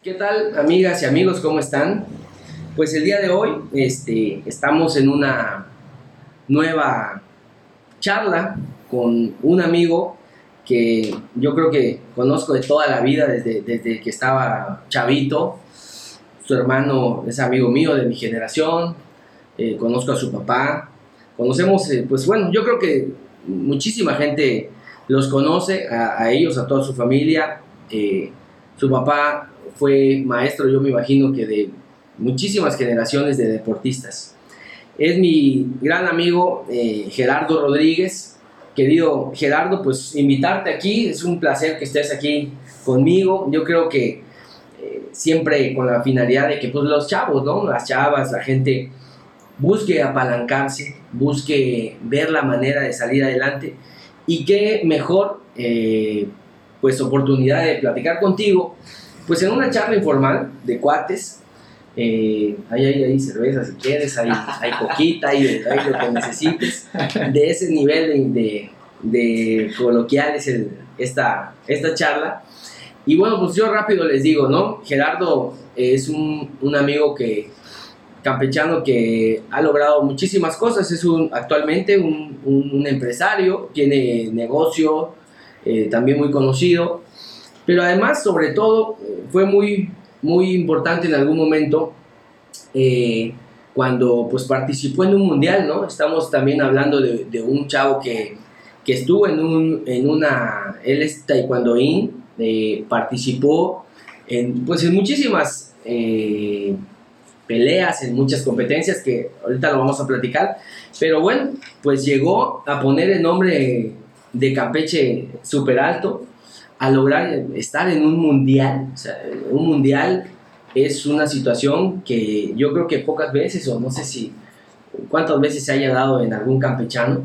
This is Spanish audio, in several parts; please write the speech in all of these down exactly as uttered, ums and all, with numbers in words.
¿Qué tal, amigas y amigos? ¿Cómo están? Pues el día de hoy este, estamos en una nueva charla con un amigo que yo creo que conozco de toda la vida, desde, desde que estaba chavito. Su hermano es amigo mío de mi generación, eh, conozco a su papá, conocemos, eh, pues bueno, yo creo que muchísima gente los conoce, a, a ellos, a toda su familia. Eh, su papá fue maestro, yo me imagino que de muchísimas generaciones de deportistas. Es mi gran amigo eh, Gerardo Rodríguez. Querido Gerardo, pues invitarte aquí, es un placer que estés aquí conmigo. Yo creo que eh, siempre con la finalidad de que pues los chavos, ¿no? Las chavas, la gente busque apalancarse, busque ver la manera de salir adelante, y qué mejor eh, pues oportunidad de platicar contigo pues en una charla informal de cuates. Eh, hay, hay, hay cerveza si quieres, hay, hay coquita, hay, hay lo que necesites. De ese nivel de, de, de coloquial es el, esta, esta charla. Y bueno, pues yo rápido les digo, ¿no? Gerardo es un, un amigo que, campechano, que ha logrado muchísimas cosas. Es un, actualmente un, un, un empresario, tiene negocio, eh, también muy conocido. Pero además, sobre todo, fue muy, muy importante en algún momento eh, cuando pues, participó en un mundial, ¿no? Estamos también hablando de, de un chavo que, que estuvo en, un, en una... Él es taekwondoín, eh, participó en, pues, en muchísimas eh, peleas, en muchas competencias que ahorita lo vamos a platicar. Pero bueno, pues llegó a poner el nombre de Campeche súper alto, a lograr estar en un mundial. O sea, un mundial es una situación que yo creo que pocas veces, o no sé si cuántas veces se haya dado en algún campechano.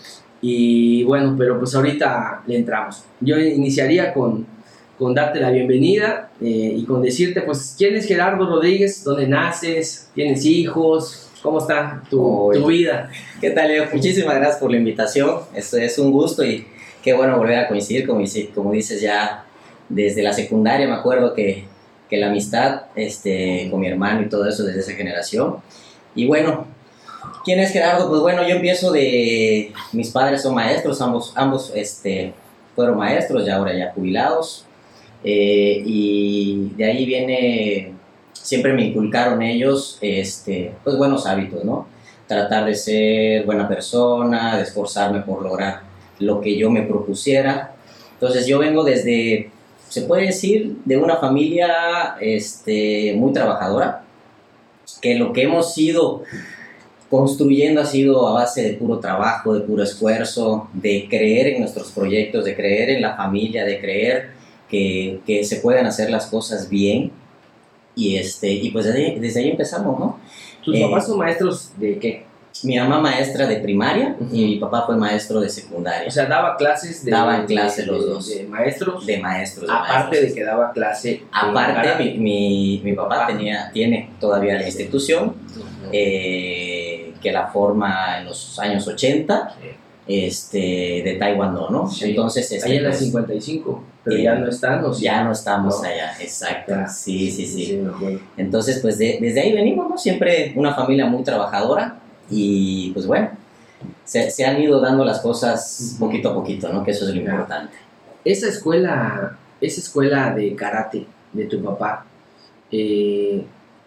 Y bueno, pero pues ahorita le entramos. Yo iniciaría con, con darte la bienvenida eh, y con decirte, pues, ¿quién es Gerardo Rodríguez? ¿Dónde naces? ¿Tienes hijos? ¿Cómo está tu, tu vida? ¿Qué tal, Leo? Muchísimas gracias por la invitación. Esto es un gusto y qué bueno volver a coincidir, como, como dices, ya desde la secundaria me acuerdo que, que la amistad este, con mi hermano y todo eso desde esa generación. Y bueno, ¿quién es Gerardo? Pues bueno, yo empiezo de... Mis padres son maestros, ambos, ambos este, fueron maestros, ya ahora ya jubilados. Eh, y de ahí viene, siempre me inculcaron ellos este, pues buenos hábitos, ¿no? Tratar de ser buena persona, de esforzarme por lograr lo que yo me propusiera. Entonces yo vengo desde, se puede decir, de una familia este, muy trabajadora, que lo que hemos ido construyendo ha sido a base de puro trabajo, de puro esfuerzo, de creer en nuestros proyectos, de creer en la familia, de creer que, que se pueden hacer las cosas bien. Y, este, y pues desde, desde ahí empezamos, ¿no? ¿Tus eh, papás son maestros de qué? Mi mamá maestra de primaria, uh-huh, y mi papá fue maestro de secundaria. O sea, daba clases de... Daban clases los de, dos. De maestros. De maestros. De aparte maestros. de que daba clase. Aparte, mi, mi, mi papá tenía, tiene todavía la institución, uh-huh, eh, que la forma en los años ochenta, sí, este, de Taekwondo, ¿no? Sí. Entonces, este, ahí en la pues, cincuenta y cinco, pero eh, ya no están, ¿o sí? Ya no estamos no. allá, exacto. Ya. Sí, sí, sí. sí bueno. Entonces, pues de, desde ahí venimos, ¿no? Siempre una familia muy trabajadora. Y pues bueno, se, se han ido dando las cosas poquito a poquito, ¿no? Que eso es lo importante. Esa escuela, esa escuela de karate de tu papá, eh,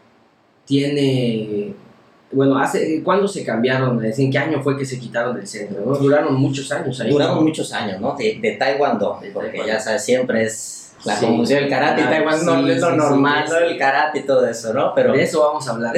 tiene... Bueno, hace, ¿cuándo se cambiaron? ¿En qué año fue que se quitaron del centro? ¿No? Duraron muchos años ahí. Duraron ¿no? muchos años, ¿no? De, de Taekwondo, de porque taekwondo. Ya sabes, siempre es... La sí, confusión del karate y Taekwondo sí, es lo sí, normal, sí, ¿no? El karate y todo eso, ¿no? Pero de eso vamos a hablar.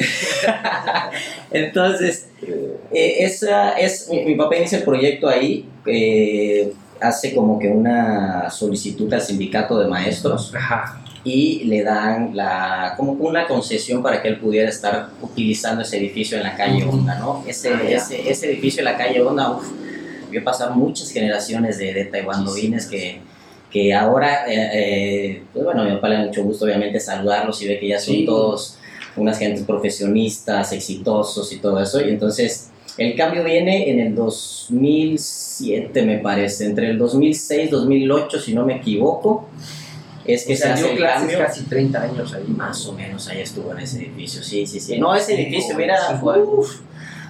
Entonces, eh, esa es, mi, mi papá inicia el proyecto ahí, eh, hace como que una solicitud al sindicato de maestros. Ajá. Y le dan la, como una concesión para que él pudiera estar utilizando ese edificio en la calle Honda, ¿no? Ese, ah, ese, ese edificio en la calle Honda, uf, vio pasar muchas generaciones de, de taekwondoines que... que ahora, eh, eh, pues bueno, a mi papá le da mucho gusto obviamente saludarlos y ve que ya son sí. todos unas gentes profesionistas, exitosos y todo eso, y entonces el cambio viene en el dos mil siete me parece, entre el dos mil seis y dos mil ocho si no me equivoco, es que o sea, se dio hace el clases cambio. casi treinta años ahí. Más o menos ahí estuvo en ese edificio, sí, sí, sí. No, ese edificio, Cinco, mira, cinco años. uf,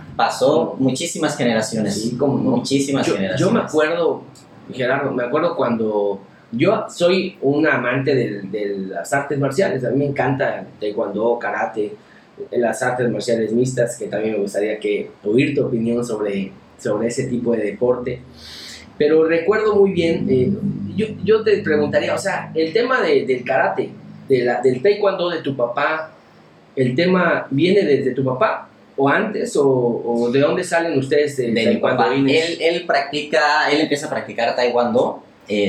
pasó muchísimas generaciones, Sí, como no. muchísimas Yo, generaciones. yo me acuerdo, Gerardo, me acuerdo cuando yo soy un amante de, de las artes marciales. A mí me encanta taekwondo, karate, las artes marciales mixtas, que también me gustaría que oír tu opinión sobre, sobre ese tipo de deporte. Pero recuerdo muy bien, eh, yo, yo te preguntaría, o sea, el tema de, del karate, de la, del taekwondo de tu papá, ¿el tema viene desde tu papá o antes o, o de dónde salen ustedes de, de mi taekwondo? papá. Él, él practica, él empieza a practicar taekwondo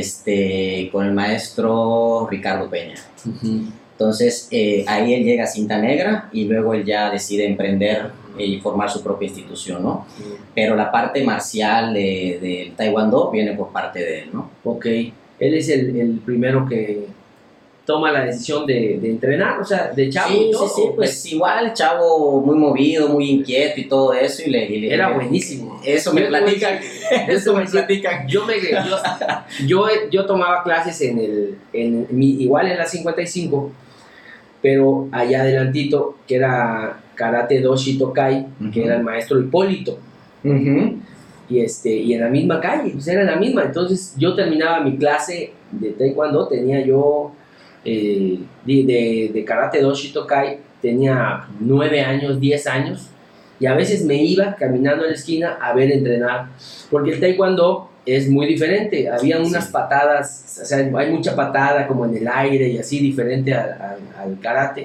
este, con el maestro Ricardo Peña. Uh-huh. Entonces eh, ahí él llega a cinta negra y luego él ya decide emprender y formar su propia institución, ¿no? Uh-huh. Pero la parte marcial del de taekwondo viene por parte de él, ¿no? Ok, él es el, el primero que toma la decisión de, de entrenar, o sea, de chavo. Sí, y todo, sí, sí, pues igual, chavo muy movido, muy inquieto y todo eso. Y le, y le, era le, buenísimo. Eso me platican. Eso me platican. Yo, me, yo, yo, yo tomaba clases en el, en mi, igual en la cincuenta y cinco, pero allá adelantito, que era Karate Do Shitokai, uh-huh. que era el maestro Hipólito. Uh-huh. Y, este, y en la misma calle, pues era la misma. Entonces yo terminaba mi clase de taekwondo, tenía yo eh, de, de, de Karate Do Shitokai, tenía nueve años, diez años, y a veces me iba caminando a la esquina a ver entrenar, porque el taekwondo es muy diferente. Había unas sí. patadas, o sea, hay mucha patada como en el aire y así, diferente al, al, al karate,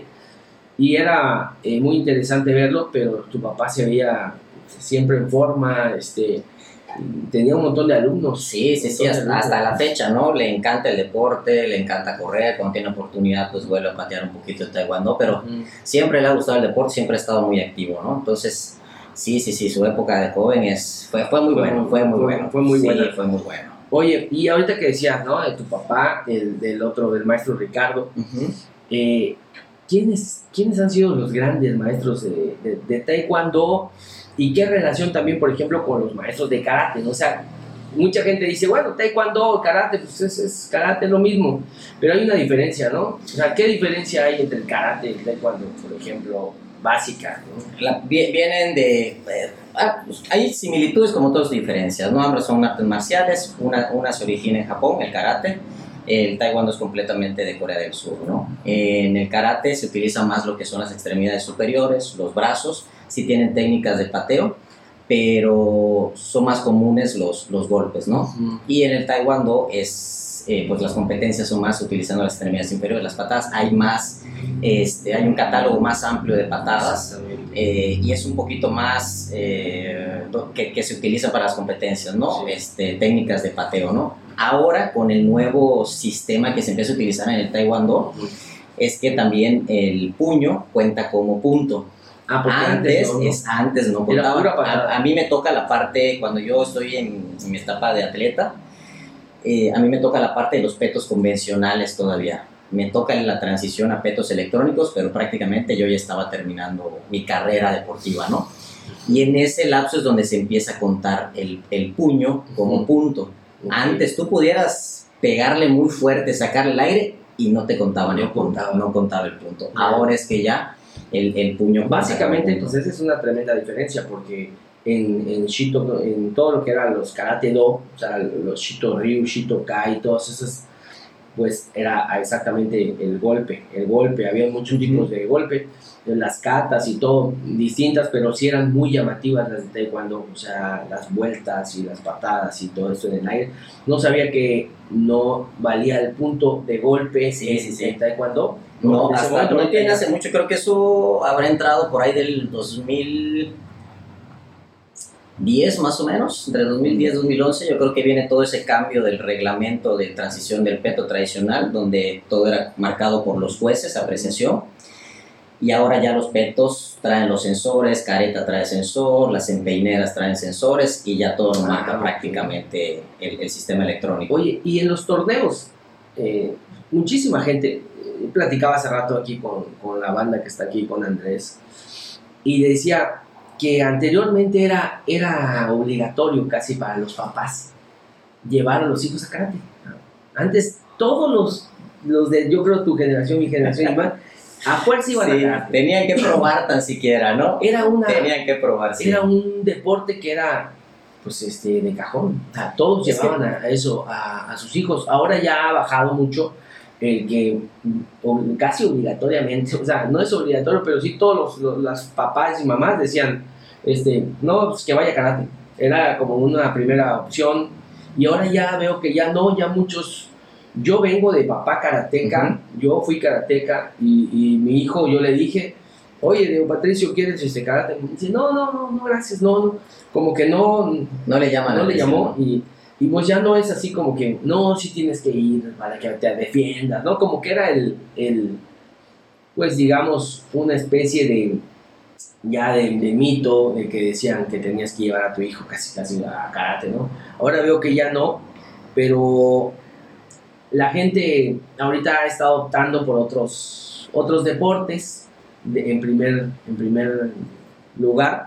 y era eh, muy interesante verlo. Pero tu papá se veía siempre en forma, este, tenía un montón de alumnos. Sí, sí, sí, hasta, hasta la fecha, ¿no? Le encanta el deporte, le encanta correr, cuando tiene oportunidad pues vuelve a patear un poquito el taekwondo, pero uh-huh. siempre le ha gustado el deporte, siempre ha estado muy activo, ¿no? Entonces, sí, sí, sí, su época de joven es, fue, fue muy fue, bueno, fue muy bueno. Fue muy sí, bueno. fue muy bueno. Oye, y ahorita que decías, ¿no? De tu papá, el, del otro, del maestro Ricardo, uh-huh. eh, ¿quiénes, ¿quiénes han sido los grandes maestros de, de, de taekwondo? ¿Y qué relación también, por ejemplo, con los maestros de karate, ¿no? O sea, mucha gente dice, bueno, taekwondo, karate, pues es, es karate, es lo mismo, pero hay una diferencia, ¿no? O sea, ¿qué diferencia hay entre el karate y el taekwondo, por ejemplo, básica, ¿no? La, vienen de... Eh, ah, pues, hay similitudes como todas diferencias, ¿no? Ambas son artes marciales, una, una se origina en Japón, el karate, el taekwondo es completamente de Corea del Sur, ¿no? En el karate se utiliza más lo que son las extremidades superiores, los brazos, sí tienen técnicas de pateo, pero son más comunes los, los golpes, ¿no? Uh-huh. Y en el taekwondo es, eh, pues las competencias son más utilizando las extremidades inferiores, las patadas, hay más, este, hay un catálogo más amplio de patadas, eh, y es un poquito más eh, que, que se utiliza para las competencias, ¿no? Sí. Este, técnicas de pateo, ¿no? Ahora, con el nuevo sistema que se empieza a utilizar en el taekwondo, uh-huh. es que también el puño cuenta como punto. Ah, porque antes, antes no, no. Es, antes no contaba. A, a mí me toca la parte, cuando yo estoy en, en mi etapa de atleta, eh, a mí me toca la parte de los petos convencionales todavía. Me toca la transición a petos electrónicos, pero prácticamente yo ya estaba terminando mi carrera deportiva, ¿no? Y en ese lapso es donde se empieza a contar el, el puño como uh-huh. punto. Okay. Antes tú pudieras pegarle muy fuerte, sacarle el aire y no te contaban no el punto, contaba. no contaba el punto. Uh-huh. Ahora es que ya el, el puño... Básicamente, entonces es una tremenda diferencia porque en, en, Shito, en todo lo que eran los Karate Do, o sea, los Shito Ryu, Shito Kai, todos esos, pues era exactamente el golpe, el golpe, había muchos tipos de golpe, las katas y todo, distintas, pero sí eran muy llamativas las de taekwondo, o sea, las vueltas y las patadas y todo esto en el aire. No sabía que no valía el punto de golpe sí, en, sí, sí. en taekwondo. No, no hasta momento, no tiene hace mucho, creo que eso habrá entrado por ahí del dos mil diez más o menos, entre dos mil diez y dos mil once, yo creo que viene todo ese cambio del reglamento de transición del peto tradicional, donde todo era marcado por los jueces, apreciación, y ahora ya los petos traen los sensores, careta trae sensor, las empeineras traen sensores, y ya todo lo marca ah, prácticamente el, el sistema electrónico. Oye, y en los torneos, eh, muchísima gente, eh, platicaba hace rato aquí con, con la banda que está aquí, con Andrés, y decía que anteriormente era, era obligatorio casi para los papás llevar a los hijos a karate. Antes todos los los de, yo creo, tu generación, mi generación, y más, a fuerza iban Sí, a karate. tenían que probar tan siquiera, ¿no? Era una, Tenían que probar, sí. era un deporte que era, pues, este, de cajón. O sea, todos Es llevaban a eso, a, a sus hijos. Ahora ya ha bajado mucho el que o, casi obligatoriamente, o sea, no es obligatorio, pero sí todos los, los las papás y mamás decían, este, no, pues que vaya a karate. Era como una primera opción. Y ahora ya veo que ya no, ya muchos. Yo vengo de papá karateca, uh-huh. yo fui karateca y, y mi hijo, yo le dije, oye, Diego Patricio, ¿quieres este karate? Y dice, no, no, no, no, gracias, no, no. Como que no, no le llama, no le llamó y, y pues ya no es así como que, no, sí tienes que ir para que te defiendas, ¿no? Como que era el, el pues digamos, una especie de, ya de, de mito, de que decían que tenías que llevar a tu hijo casi casi a karate, ¿no? Ahora veo que ya no, pero la gente ahorita ha estado optando por otros, otros deportes de, en, primer, en primer lugar,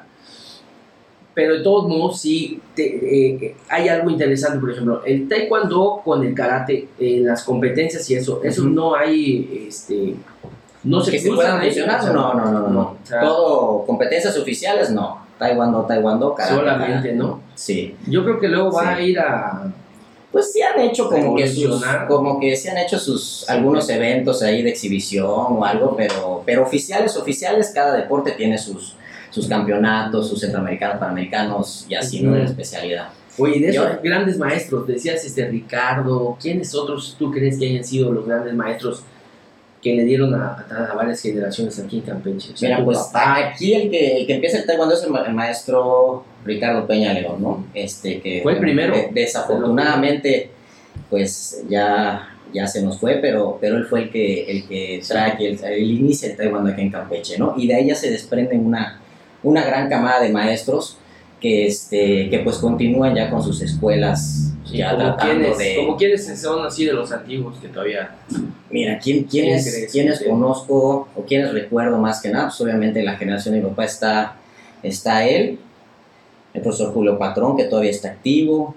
pero de todos modos sí te, eh, hay algo interesante, por ejemplo, el taekwondo con el karate, en las competencias y eso, eso uh-huh. no hay, este, no se ¿Que se puedan mencionar? No, no, no, no, no. O sea, todo, competencias oficiales, no. Taekwondo, taekwondo, karate. Solamente, karate. ¿No? Sí. Yo creo que luego va sí. a ir a... Pues sí han hecho como que sus, como que sí han hecho sus, sí, algunos eventos ahí de exhibición o algo, pero, pero oficiales, oficiales, cada deporte tiene sus, sus campeonatos, sus centroamericanos, panamericanos y así, ¿no? En especialidad. Oye, de esos Yo, grandes maestros, decías este Ricardo, ¿quiénes otros tú crees que hayan sido los grandes maestros que le dieron a, a, a varias generaciones aquí en Campeche? O sea, mira, pues papá, aquí el que, el que empieza el taekwondo es el, el maestro Ricardo Peña León, ¿no? Este, que fue el primero. De, desafortunadamente, pues ya, ya se nos fue, pero, pero él fue el que, el que trae aquí, el, el inicia el taekwondo aquí en Campeche, ¿no? Y de ahí ya se desprenden una, una gran camada de maestros que, este, que pues continúan ya con sus escuelas. Sí, ya como tratando quienes, de... como quienes son así de los antiguos que todavía... Mira, ¿quién, quiénes, ¿quiénes, ¿quiénes conozco o quiénes recuerdo más que nada? Pues obviamente la generación de mi papá está, está él, el profesor Julio Patrón, que todavía está activo,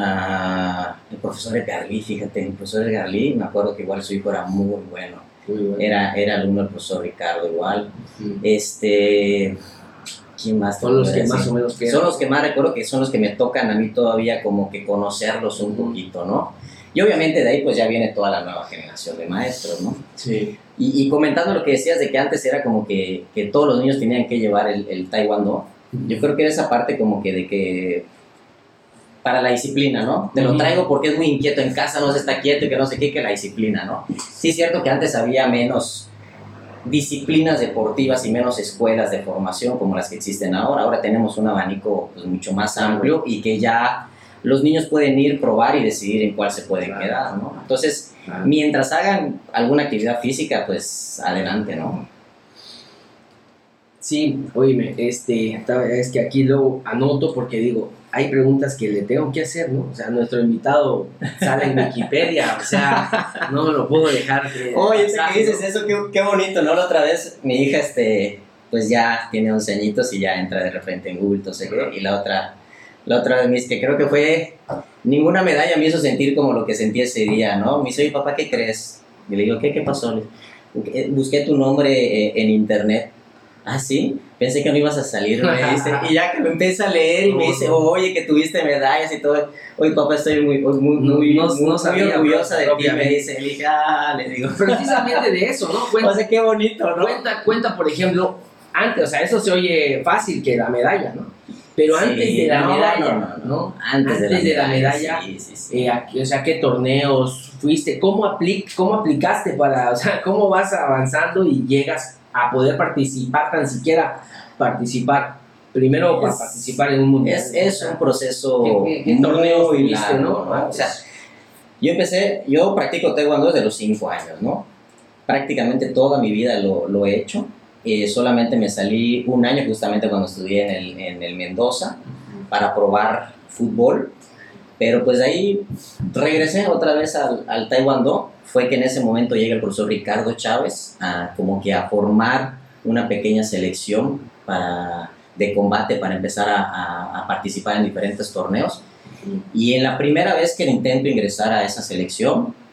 uh, el profesor Garlí, fíjate, el profesor Garlí, me acuerdo que igual su hijo era muy bueno, muy bueno. Era, era alumno del profesor Ricardo igual, uh-huh. este... ¿Quién más? Son los que decir? Más o menos quedan. Son los que más recuerdo que son los que me tocan a mí todavía como que conocerlos un uh-huh. poquito, ¿no? Y obviamente de ahí pues ya viene toda la nueva generación de maestros, ¿no? Sí. Y, y comentando lo que decías de que antes era como que, que todos los niños tenían que llevar el, el taekwondo, uh-huh. yo creo que era esa parte como que de que para la disciplina, ¿no? Te lo traigo porque es muy inquieto en casa, no se está quieto y que no sé qué, que la disciplina, ¿no? Sí es cierto que antes había menos disciplinas deportivas y menos escuelas de formación como las que existen ahora. Ahora tenemos un abanico pues, mucho más amplio y que ya los niños pueden ir, probar y decidir en cuál se pueden claro. quedar, ¿no? Entonces, claro. mientras hagan alguna actividad física, pues adelante, ¿no? Sí, oíme, este, es que aquí lo anoto porque digo, hay preguntas que le tengo que hacer, ¿no? O sea, nuestro invitado sale en Wikipedia, o sea, no lo puedo dejar. Que Oye, pasar, que dices ¿no? Eso, qué, qué bonito, ¿no? La otra vez mi hija, este, pues ya tiene once añitos y ya entra de repente en Google, entonces, uh-huh. y la otra, la otra vez, que creo que fue, ninguna medalla me hizo sentir como lo que sentí ese día, ¿no? Me dice, oye, papá, ¿qué crees? Y le digo, ¿qué, qué pasó? Busqué tu nombre en internet. Ah, sí, pensé que no ibas a salir, me dice, y ya que me empieza a leer y me dice, oye, que tuviste medallas y todo, oye, papá, estoy muy, muy, muy, muy, no, muy, no muy orgullosa de ti, me dice, le dije, ah, le digo. Precisamente de eso, ¿no? Cuenta, o sea, qué bonito, ¿no? Cuenta, cuenta, por ejemplo, antes, o sea, eso se oye fácil que la medalla, ¿no? Pero sí, antes de la no, medalla, no, no, no, ¿no? Antes, antes de la de la medalla, medalla sí, sí, sí. Eh, aquí, o sea, ¿qué torneos fuiste? ¿Cómo, aplic ¿Cómo aplicaste para, o sea, cómo vas avanzando y llegas a poder participar, tan siquiera participar, primero es, para participar en un mundial? Es, es un proceso ¿Qué, qué, qué torneos tuviste, ¿no? ¿no? O sea, yo empecé, yo practico taekwondo desde los cinco años, ¿no? Prácticamente toda mi vida lo, lo he hecho. Eh, solamente me salí un año justamente cuando estudié en el, en el Mendoza para probar fútbol, pero pues de ahí regresé otra vez al, al taekwondo. Fue que en ese momento llega el profesor Ricardo Chávez a, como que a formar una pequeña selección para, de combate para empezar a, a, a participar en diferentes torneos. Y en la primera vez que intento ingresar a esa selección,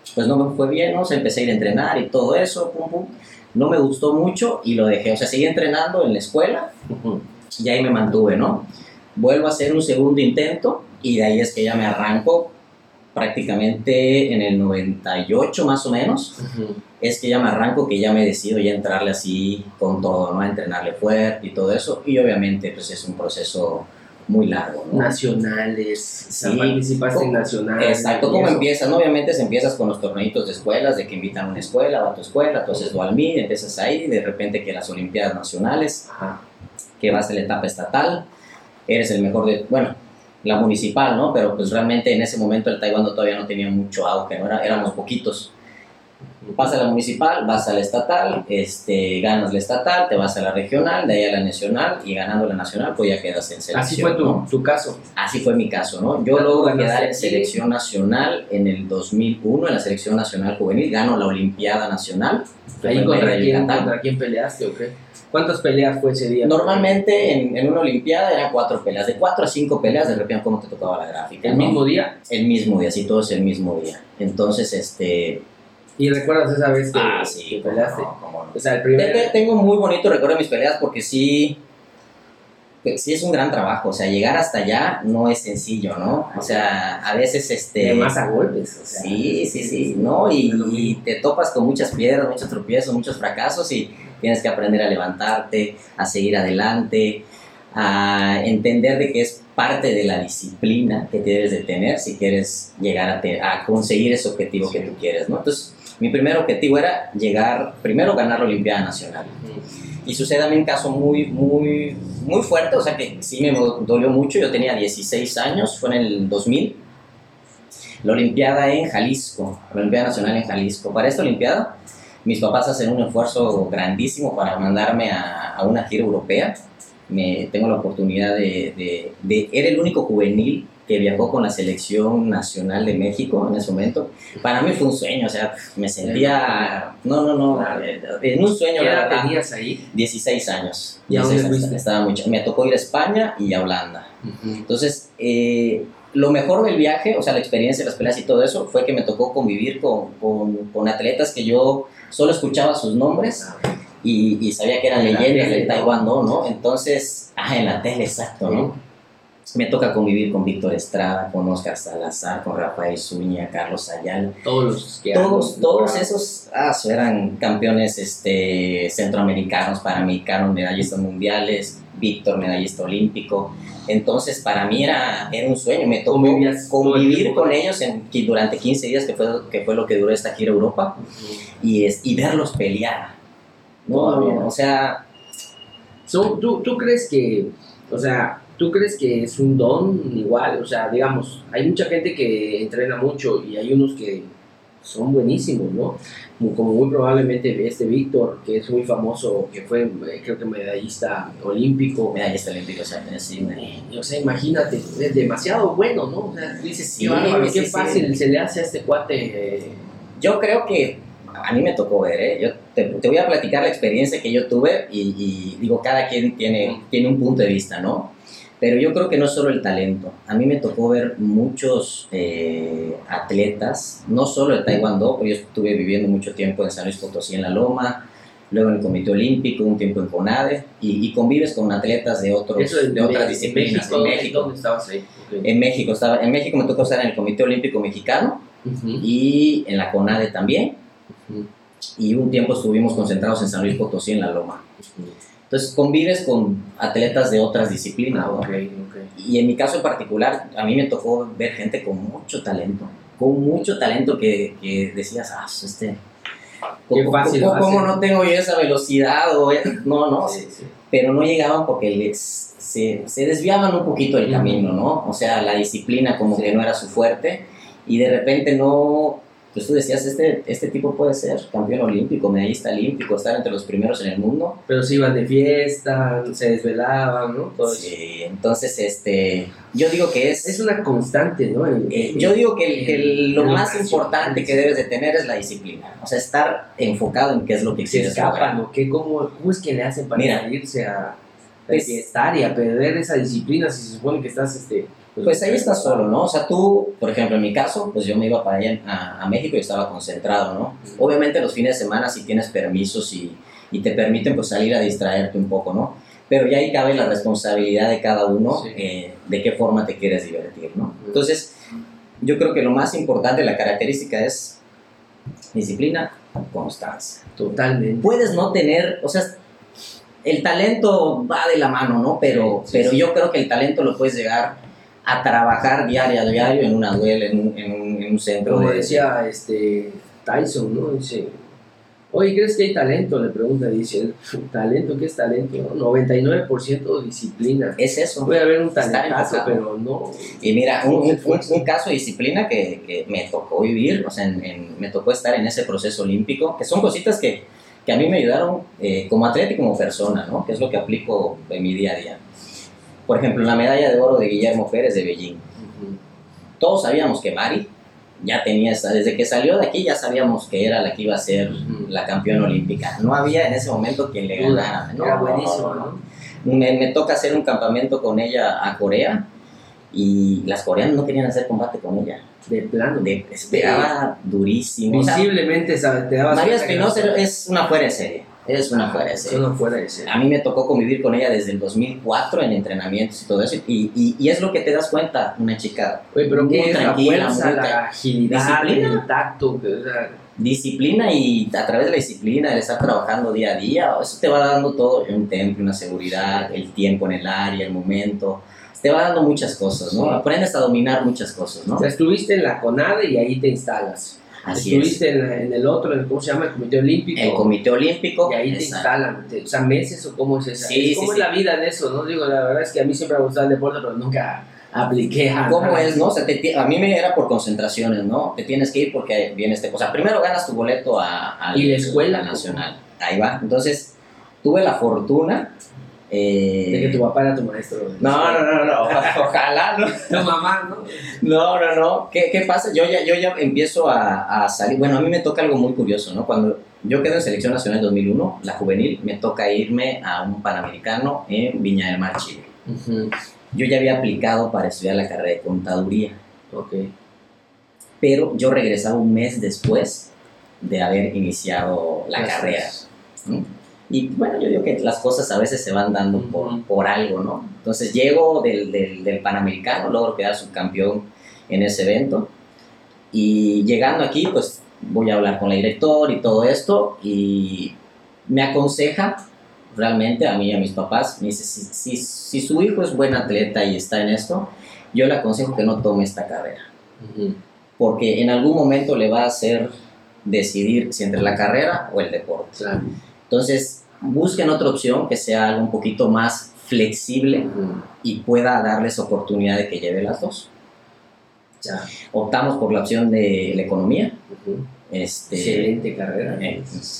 pues no me fue bien, ¿no? O sea, empecé a ir a entrenar y todo eso, pum, pum. No me gustó mucho y lo dejé. O sea, seguí entrenando en la escuela uh-huh. y ahí me mantuve, ¿no? Vuelvo a hacer un segundo intento y de ahí es que ya me arranco prácticamente en el noventa y ocho más o menos. Uh-huh. Es que ya me arranco, que ya me decido ya entrarle así con todo, ¿no? A entrenarle fuerte y todo eso. Y obviamente pues es un proceso muy largo, ¿no? Nacionales, sí, participaste en nacionales. Exacto, ¿cómo empiezas? ¿No? Obviamente se empiezas con los torneitos de escuelas, de que invitan a una escuela, va a tu escuela, entonces tú al M I D, empiezas ahí, de repente que las Olimpiadas Nacionales, ajá. que vas a la etapa estatal, eres el mejor de, bueno, la municipal, ¿no? Pero pues realmente en ese momento el taekwondo todavía no tenía mucho auge, ¿no? Era, éramos poquitos. Vas a la municipal, vas a la estatal, este, ganas la estatal, te vas a la regional, de ahí a la nacional, y ganando la nacional, pues ya quedas en selección. Así fue tu, ¿no? tu caso. Así fue mi caso, ¿no? Yo logro quedar en selección nacional en el dos mil uno, en la selección nacional juvenil, gano la Olimpiada Nacional. ¿Ahí contra quién, contra quién peleaste o qué? ¿Cuántas peleas fue ese día? Normalmente en, en una Olimpiada eran cuatro peleas, de cuatro a cinco peleas, de repente cómo te tocaba la gráfica. ¿El ¿no? mismo día? El mismo día, sí, todos el mismo día. Entonces, este... ¿Y recuerdas esa vez que, ah, sí, que peleaste? No, cómo no. O sea, el primer... Tengo muy bonito recuerdo de mis peleas porque sí, sí es un gran trabajo. O sea, llegar hasta allá no es sencillo, ¿no? O sea, a veces... este más a golpes. O sea, sí, sí, sí, ¿no? Y, y te topas con muchas piedras, muchos tropiezos, muchos fracasos y tienes que aprender a levantarte, a seguir adelante, a entender de que es parte de la disciplina que debes de tener si quieres llegar a, te, a conseguir ese objetivo sí. que tú quieres, ¿no? Entonces, mi primer objetivo era llegar, primero ganar la Olimpiada Nacional. Y sucede a mí un caso muy, muy, muy fuerte, o sea que sí me dolió mucho. Yo tenía dieciséis años, fue en el dos mil, la Olimpiada en Jalisco, la Olimpiada Nacional en Jalisco. Para esta Olimpiada, mis papás hacen un esfuerzo grandísimo para mandarme a, a una gira europea. Me, tengo la oportunidad de, de, de... Era el único juvenil que viajó con la selección nacional de México en ese momento. Para mí fue un sueño, o sea, me sentía... No, no, no, en un sueño. ¿Qué edad tenías ahí? dieciséis años. ¿Y a dónde fuiste? Estaba mucho. Me tocó ir a España y a Holanda. Uh-huh. Entonces, eh, lo mejor del viaje, o sea, la experiencia, las peleas y todo eso, fue que me tocó convivir con, con, con atletas que yo solo escuchaba sus nombres y, y sabía que eran leyendas del taekwondo, ¿no? Entonces, ah, en la tele, exacto, ¿no? Me toca convivir con Víctor Estrada, con Oscar Salazar, con Rafael Zúñiga, Carlos Ayala. Todos los que Todos, han, todos esos ah, eran campeones este, centroamericanos, panamericanos, medallistas mundiales, Víctor, medallista olímpico. Entonces, para mí era, era un sueño. Me tocó convivir con ellos en, durante quince días, que fue, que fue lo que duró esta gira a Europa, uh-huh. y, es, y verlos pelear. No, no, o sea... So, ¿tú, ¿Tú crees que, o sea... ¿Tú crees que es un don igual? O sea, digamos, hay mucha gente que entrena mucho y hay unos que son buenísimos, ¿no? Como muy probablemente este Víctor, que es muy famoso, que fue, creo que medallista olímpico. Medallista olímpico, o sea, sí. O sea, imagínate, es demasiado bueno, ¿no? O sea, dices, sí, qué, sí, qué fácil sí. se le hace a este cuate. Eh. Yo creo que a mí me tocó ver, ¿eh? Yo te, te voy a platicar la experiencia que yo tuve y, y digo, cada quien tiene, tiene un punto de vista, ¿no? Pero yo creo que no es solo el talento. A mí me tocó ver muchos eh, atletas, no solo el taekwondo, porque yo estuve viviendo mucho tiempo en San Luis Potosí, en La Loma, luego en el Comité Olímpico, un tiempo en CONADE, y, y convives con atletas de, otros, Eso de, de otras de, disciplinas. En México, ¿dónde estabas ahí? Okay. En México, estaba, en México me tocó estar en el Comité Olímpico Mexicano, uh-huh. y en la CONADE también, uh-huh. y un tiempo estuvimos concentrados en San Luis Potosí, en La Loma. Uh-huh. Entonces convives con atletas de otras disciplinas, ¿no? Okay, okay. Y en mi caso en particular, a mí me tocó ver gente con mucho talento, con mucho talento que, que decías, ah, este, qué fácil ¿cómo, ¿cómo no tengo yo esa velocidad? O, no, no, sí, sí. Pero no llegaban porque les, se, se desviaban un poquito del camino, ¿no? O sea, la disciplina como sí. que no era su fuerte y de repente no... Pues tú decías, este, este tipo puede ser campeón olímpico, medallista olímpico, estar entre los primeros en el mundo. Pero se iban de fiesta, se desvelaban, ¿no? Todo sí, eso. Entonces, este, yo digo que es... Es una constante, ¿no? El, eh, yo digo que, el, que el, lo más importante que debes de tener es la disciplina. O sea, estar enfocado en qué es lo que quieres lograr. ¿No? ¿Qué, cómo, ¿Cómo es que le hacen para Mira, irse a, a fiestar y a perder esa disciplina si se supone que estás... este Pues ahí estás solo, ¿no? O sea, tú, por ejemplo, en mi caso, pues yo me iba para allá a, a México y estaba concentrado, ¿no? Obviamente los fines de semana sí tienes permisos y, y te permiten pues salir a distraerte un poco, ¿no? Pero ya ahí cabe la responsabilidad de cada uno, sí. eh, de qué forma te quieres divertir, ¿no? Entonces, yo creo que lo más importante, la característica es disciplina, constancia. Totalmente. Puedes no tener, o sea, el talento va de la mano, ¿no? Pero, sí, sí, pero sí. yo creo que el talento lo puedes llegar a trabajar diario a diario en una duela, en un, en un, en un centro. Como de, decía este, Tyson, ¿no? Dice, oye, ¿crees que hay talento? Le pregunta, dice, ¿talento? ¿Qué es talento? noventa y nueve por ciento disciplina. Es eso. Puede haber un talentazo, pero no. Y mira, un, un, un, un caso de disciplina que, que me tocó vivir, o sea, en, en, me tocó estar en ese proceso olímpico, que son cositas que, que a mí me ayudaron eh, como atleta y como persona, ¿no? Que es lo que aplico en mi día a día. Por ejemplo, la medalla de oro de Guillermo Pérez de Beijing. Uh-huh. Todos sabíamos que Mari ya tenía esa, desde que salió de aquí ya sabíamos que era la que iba a ser uh-huh. la campeona olímpica. No había en ese momento quien le ganara. No, era buenísimo, ¿no? Me, me toca hacer un campamento con ella a Corea y las coreanas no querían hacer combate con ella. De plano. De, esperaba de, durísimo. Visiblemente, o sea, ¿sabes? Te dabas María Espinosa es una fuera de serie. Es una fuera de serie. Es una fuera de serie. A mí me tocó convivir con ella desde el dos mil cuatro en entrenamientos y todo eso. Y, y, y es lo que te das cuenta, una chica. Oye, pero muy ¿qué es tranquila, la fuerza, muy la agilidad, disciplina, el tacto? Que, o sea, disciplina y a través de la disciplina, de estar trabajando día a día, eso te va dando todo, un temple, una seguridad, el tiempo en el área, el momento. Te va dando muchas cosas, ¿no? Sí. Aprendes a dominar muchas cosas, ¿no? O sea, estuviste en la CONADE y ahí te instalas. Así estuviste es. En, en el otro, en, ¿cómo se llama? El Comité Olímpico. El Comité Olímpico. Y ahí te exacto. instalan. Te, o sea, meses o cómo es esa. Sí, es, ¿Cómo sí, es sí. la vida en eso, no? Digo, la verdad es que a mí siempre me ha gustado el deporte, pero nunca apliqué a... ¿Cómo es, no? O sea, te, a mí me era por concentraciones, ¿no? Te tienes que ir porque viene este... O sea, primero ganas tu boleto a, a ¿Y la escuela? nacional. Ahí va. Entonces, tuve la fortuna... Eh... de que tu papá era tu maestro. No, no, no, no, ojalá, ¿no? Tu mamá, ¿no? No, no, no. ¿Qué, qué pasa? Yo ya, yo ya empiezo a, a salir... Bueno, a mí me toca algo muy curioso, ¿no? Cuando yo quedo en Selección Nacional en dos mil uno, la juvenil, me toca irme a un Panamericano en Viña del Mar, Chile. Uh-huh. Yo ya había aplicado para estudiar la carrera de contaduría. Ok. Pero yo regresaba un mes después de haber iniciado la Gracias. carrera. ¿Mm? Y bueno, yo digo que las cosas a veces se van dando por, uh-huh. por algo, ¿no? Entonces llego del, del, del Panamericano, logro quedar subcampeón en ese evento. Y llegando aquí, pues voy a hablar con la directora y todo esto. Y me aconseja realmente a mí y a mis papás. Me dice, si, si, si su hijo es buen atleta y está en esto, yo le aconsejo que no tome esta carrera. Uh-huh. Porque en algún momento le va a hacer decidir si entre la carrera o el deporte. Claro. Entonces, busquen otra opción que sea algo un poquito más flexible uh-huh. y pueda darles oportunidad de que lleve las dos. Ya. Optamos por la opción de la economía. Uh-huh. Este, Excelente carrera. Eh,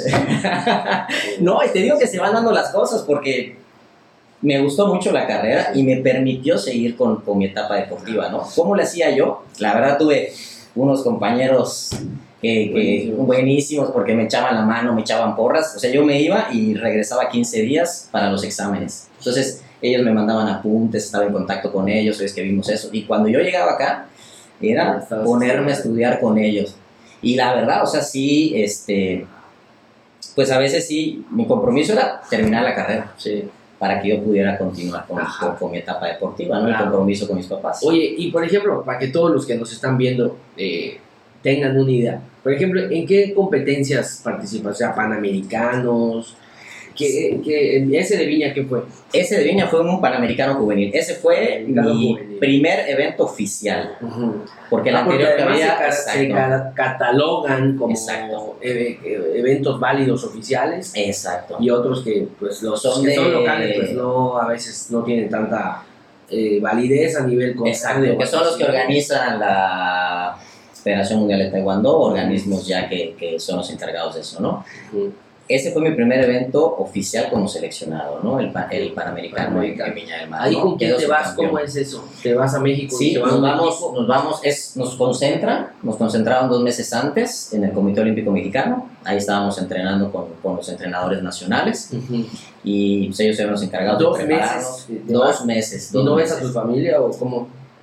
no, te digo que se van dando las cosas porque me gustó mucho la carrera y me permitió seguir con, con mi etapa deportiva, ¿no? ¿Cómo le hacía yo? La verdad tuve unos compañeros... Que, que buenísimos. buenísimos porque me echaban la mano, me echaban porras, o sea, yo me iba y regresaba quince días para los exámenes, entonces ellos me mandaban apuntes, estaba en contacto con ellos, es que vimos eso, y cuando yo llegaba acá, era ponerme a estudiar con ellos, y la verdad, o sea, sí, este, pues a veces sí, mi compromiso era terminar la carrera, sí. para que yo pudiera continuar con, con, con mi etapa deportiva, ¿no? Claro. El compromiso con mis papás. Oye, y por ejemplo, para que todos los que nos están viendo, eh, tengan una idea. Por ejemplo, ¿en qué competencias participas? O sea, Panamericanos. ¿Qué, qué, ¿Ese de Viña qué fue? Ese de Viña fue un Panamericano juvenil. Ese fue mi juvenil. primer evento oficial. Uh-huh. Porque el ah, anterior porque que había... Se, se catalogan como exacto. E- eventos válidos oficiales. Exacto. Y otros que, pues, los son, que de... son locales, pues, no, a veces no tienen tanta eh, validez a nivel... Exacto, que son los que organizan la... Federación Mundial de Taekwondo, organismos ya que, que son los encargados de eso, ¿no? Uh-huh. Ese fue mi primer evento oficial como seleccionado, ¿no? El, el Panamericano de Viña del Mar. ¿Ahí ¿no? con quién te vas? ¿Cómo es eso? ¿Te vas a México? Sí, ¿te vas nos, a vamos, nos vamos, es, nos concentran, nos concentraron dos meses antes en el Comité Olímpico Mexicano, ahí estábamos entrenando con, con los entrenadores nacionales, uh-huh. y pues, ellos eran los encargados ¿Dos de prepararnos. Meses, dos meses. ¿Y no meses. ves a tu familia o cómo?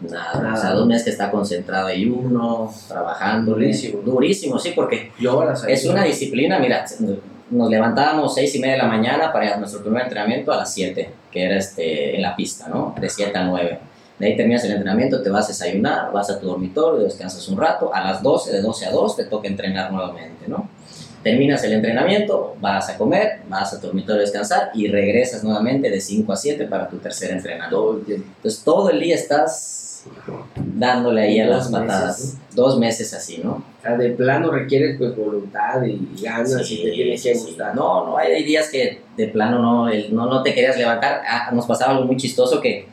Nada, Nada. o sea, dos meses que está concentrado ahí uno, trabajando. Durísimo. Durísimo, sí, porque Yo ahora sabía. es una disciplina, mira, nos levantábamos seis y media de la mañana para nuestro primer entrenamiento a las siete, que era este, en la pista, ¿no? De siete a nueve. De ahí terminas el entrenamiento, te vas a desayunar, vas a tu dormitorio, descansas un rato, a las doce, de doce a dos, te toca entrenar nuevamente, ¿no? Terminas el entrenamiento, vas a comer, vas a tu dormitorio a descansar y regresas nuevamente de cinco a siete para tu tercer entrenamiento. Todo el tiempo. Entonces todo el día estás dándole ahí a las Dos patadas. meses, Dos meses así, ¿no? O sea, de plano requiere pues voluntad y ganas Sí, y te tiene que sí, gustar. No, no, hay días que de plano no, el- no, no te querías levantar. Ah, nos pasaba algo muy chistoso que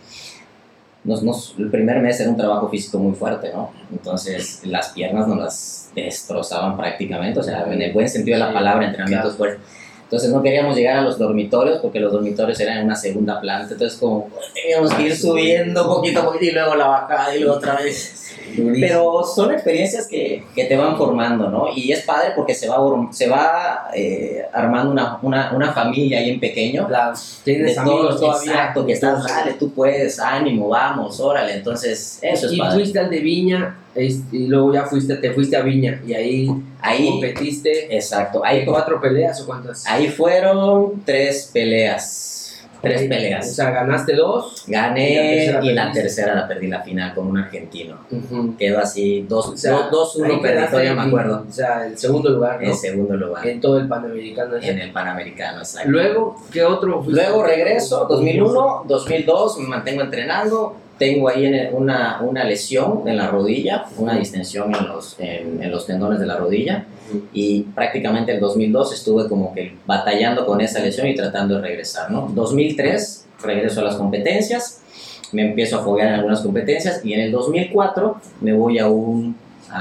nos, nos, el primer mes era un trabajo físico muy fuerte, ¿no? Entonces las piernas nos las destrozaban prácticamente, o sea, en el buen sentido de la Sí, palabra, entrenamientos claro. fuertes. Entonces no queríamos llegar a los dormitorios porque los dormitorios eran en una segunda planta, entonces como teníamos que ir subiendo poquito a poquito y luego la bajada y luego otra vez. Durísimo. Pero son experiencias que, que te van formando, ¿no? Y es padre porque se va, se va eh, armando una, una, una familia ahí en pequeño. Claro, tienes De amigos todos, todavía. exacto, que estás, Entonces, dale, tú puedes, ánimo, vamos, órale. Entonces, eso es y padre. fuiste al de Viña es- y luego ya fuiste, te fuiste a Viña y ahí, Ahí, competiste. exacto, ¿Hay ahí, cuatro peleas o cuántas? ahí fueron tres peleas. Tres Ahí, peleas. O sea, ganaste dos. Gané y la tercera y la perdiste. tercera la perdí la final con un argentino. Uh-huh. Quedó así, dos, O sea, dos, dos, uno ahí perdí, quedaste todavía me en- acuerdo. O sea, el segundo lugar, ¿no? En segundo lugar, En todo el Panamericano. ese. en el Panamericano, exacto. Luego, ¿qué otro fuiste? Luego regreso, dos mil uno, dos mil dos, me mantengo entrenando. Tengo ahí en el- una, una lesión en la rodilla, una distensión en los, en, en los tendones de la rodilla. Y prácticamente en dos mil dos estuve como que batallando con esa lesión y tratando de regresar, ¿no? dos mil tres regreso a las competencias, me empiezo a foguear en algunas competencias y en el dos mil cuatro me voy a un,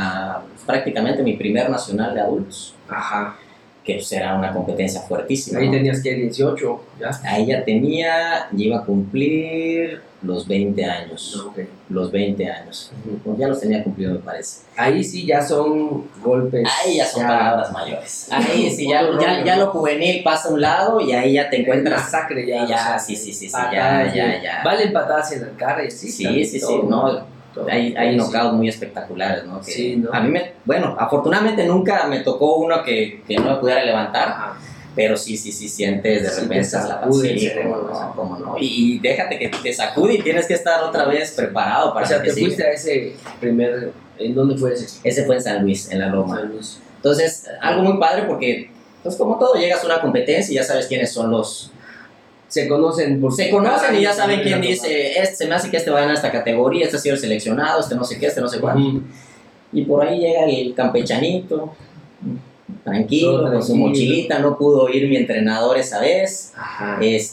a prácticamente mi primer nacional de adultos, Ajá. que será una competencia fuertísima, Ahí ¿no? tenías que dieciocho, ¿ya? Ahí ya tenía, ya iba a cumplir los veinte años, No, ok. los veinte años, Ujú. pues ya los tenía cumplido me parece. Ahí sí ya son golpes. Ahí ya son palabras mayores. Ahí sí, ya, ya, ya lo juvenil pasa a un lado y ahí ya te encuentras. Masacre ya. Ya, o sea, sí, sí, sí, sí, patadas, ya, ya, ya. Valen patadas en la cara y sí. Sí, también sí, sí, todo, no, todo. hay, hay Sí. knockouts muy espectaculares, ¿no? Que Sí, ¿no? A mí me, bueno, afortunadamente nunca me tocó uno que, que no me pudiera levantar, Ajá. pero sí, sí, sí sientes de Sí, repente te la sacude el sí, cerebro, cómo no, ¿no? cómo no. Y, y déjate que te sacude y tienes que estar otra vez preparado para O sea, que te siga. fuiste a ese primer. ¿En dónde fue ese? Ese fue en San Luis, en la Loma. San Luis. Entonces, algo muy padre porque, pues como todo, llegas a una competencia y ya sabes quiénes son los... Se conocen por Se conocen y ya cada saben año, quién ¿no? dice, este se me hace que este va a ganar esta categoría, este ha sido el seleccionado, este no sé qué, este no sé cuánto. Ujú. Y por ahí llega el campechanito, tranquilo, Todo con su tranquilo. mochilita, no pudo ir mi entrenador esa vez. Ajá.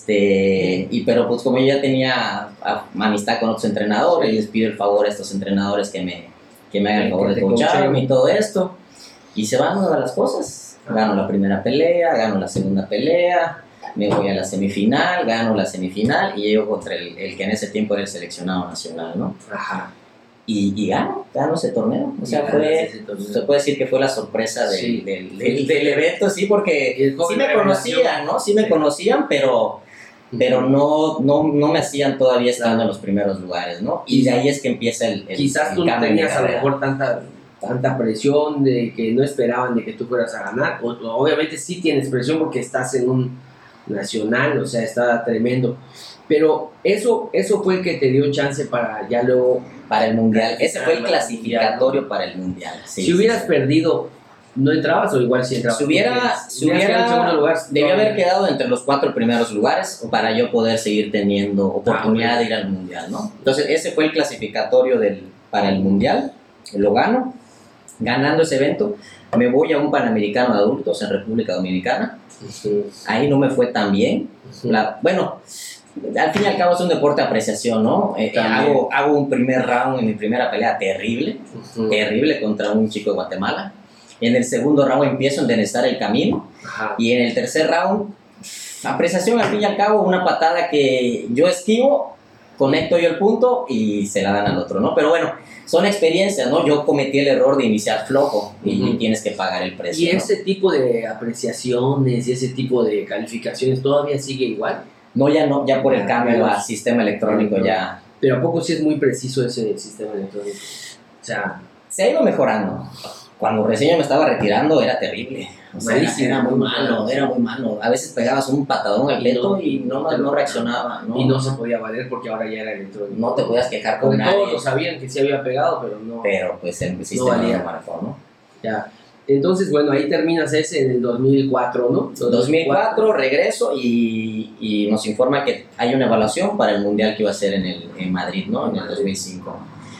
Este, y pero pues como yo ya tenía a- amistad con otros entrenadores, les pido el favor a estos entrenadores que me, que me hagan el Que favor te de coacharme coachen. y todo esto. Y se van a las cosas. Gano la primera pelea, gano la segunda pelea, me voy a la semifinal, gano la semifinal y llego contra el, el que en ese tiempo era el seleccionado nacional, ¿no? Ajá. Y, y gano, gano ese torneo. O sea, Y fue, ganas ese torneo. se puede decir que fue la sorpresa del, Sí. del, del- del evento, sí, porque Y el joven sí me revelación. conocían, ¿no? Sí me Sí. conocían, pero, pero no, no, no me hacían todavía estando en los primeros lugares, ¿no? Y de ahí es que empieza el, el Quizás el tú no cambio en mi tenías a lo carrera. mejor tanta, tanta presión de que no esperaban de que tú fueras a ganar. O, o obviamente sí tienes presión porque estás en un nacional, o sea, está tremendo. Pero eso, eso fue el que te dio chance para ya luego. Para el mundial. Ese fue el Para el clasificatorio mundial, para el mundial. Sí, si sí, hubieras sí. perdido, ¿no entrabas o igual si entrabas? Si hubiera, Porque si hubieras hubiera, quedado en segundo lugar, debía no. haber quedado entre los cuatro primeros lugares para yo poder seguir teniendo oportunidad Ah, de ir al mundial, ¿no? Entonces ese fue el clasificatorio del, para el mundial, lo gano, ganando ese evento, me voy a un Panamericano de adultos en República Dominicana, Ujú, ahí no me fue tan bien, ujú. la, bueno, al fin y al cabo es un deporte de apreciación, ¿no? Eh, eh, También. hago, hago un primer round en mi primera pelea terrible, Ujú. terrible contra un chico de Guatemala. En el segundo round empiezo a enderezar el camino Ajá. y en el tercer round, apreciación al fin y al cabo, una patada que yo esquivo, conecto yo el punto y se la dan al otro, ¿no? Pero bueno, son experiencias, ¿no? Yo cometí el error de iniciar flojo y Ujú. tienes que pagar el precio, Y ¿no? ese tipo de apreciaciones y ese tipo de calificaciones todavía sigue igual. No, ya no, ya por el Ah, cambio menos. al sistema electrónico ya, Pero ¿a poco sí es muy preciso ese sistema electrónico? O sea, se ha ido mejorando. Cuando recién yo me estaba retirando era terrible. O sea, era, era muy malo, era muy malo. A veces pegabas un patadón al peto y no, no, no reaccionaba. No, y no se podía valer porque ahora ya era electrónico. No te podías quejar con porque nadie. Todos lo sabían que sí había pegado, pero no. Pero pues el sistema no, no marcó, ¿no? Ya. Entonces, bueno, ahí terminas ese en el dos mil cuatro, ¿no? dos mil cuatro, regreso y, y nos informa que hay una evaluación para el Mundial que iba a ser en, el, en Madrid, ¿no? En el dos mil cinco.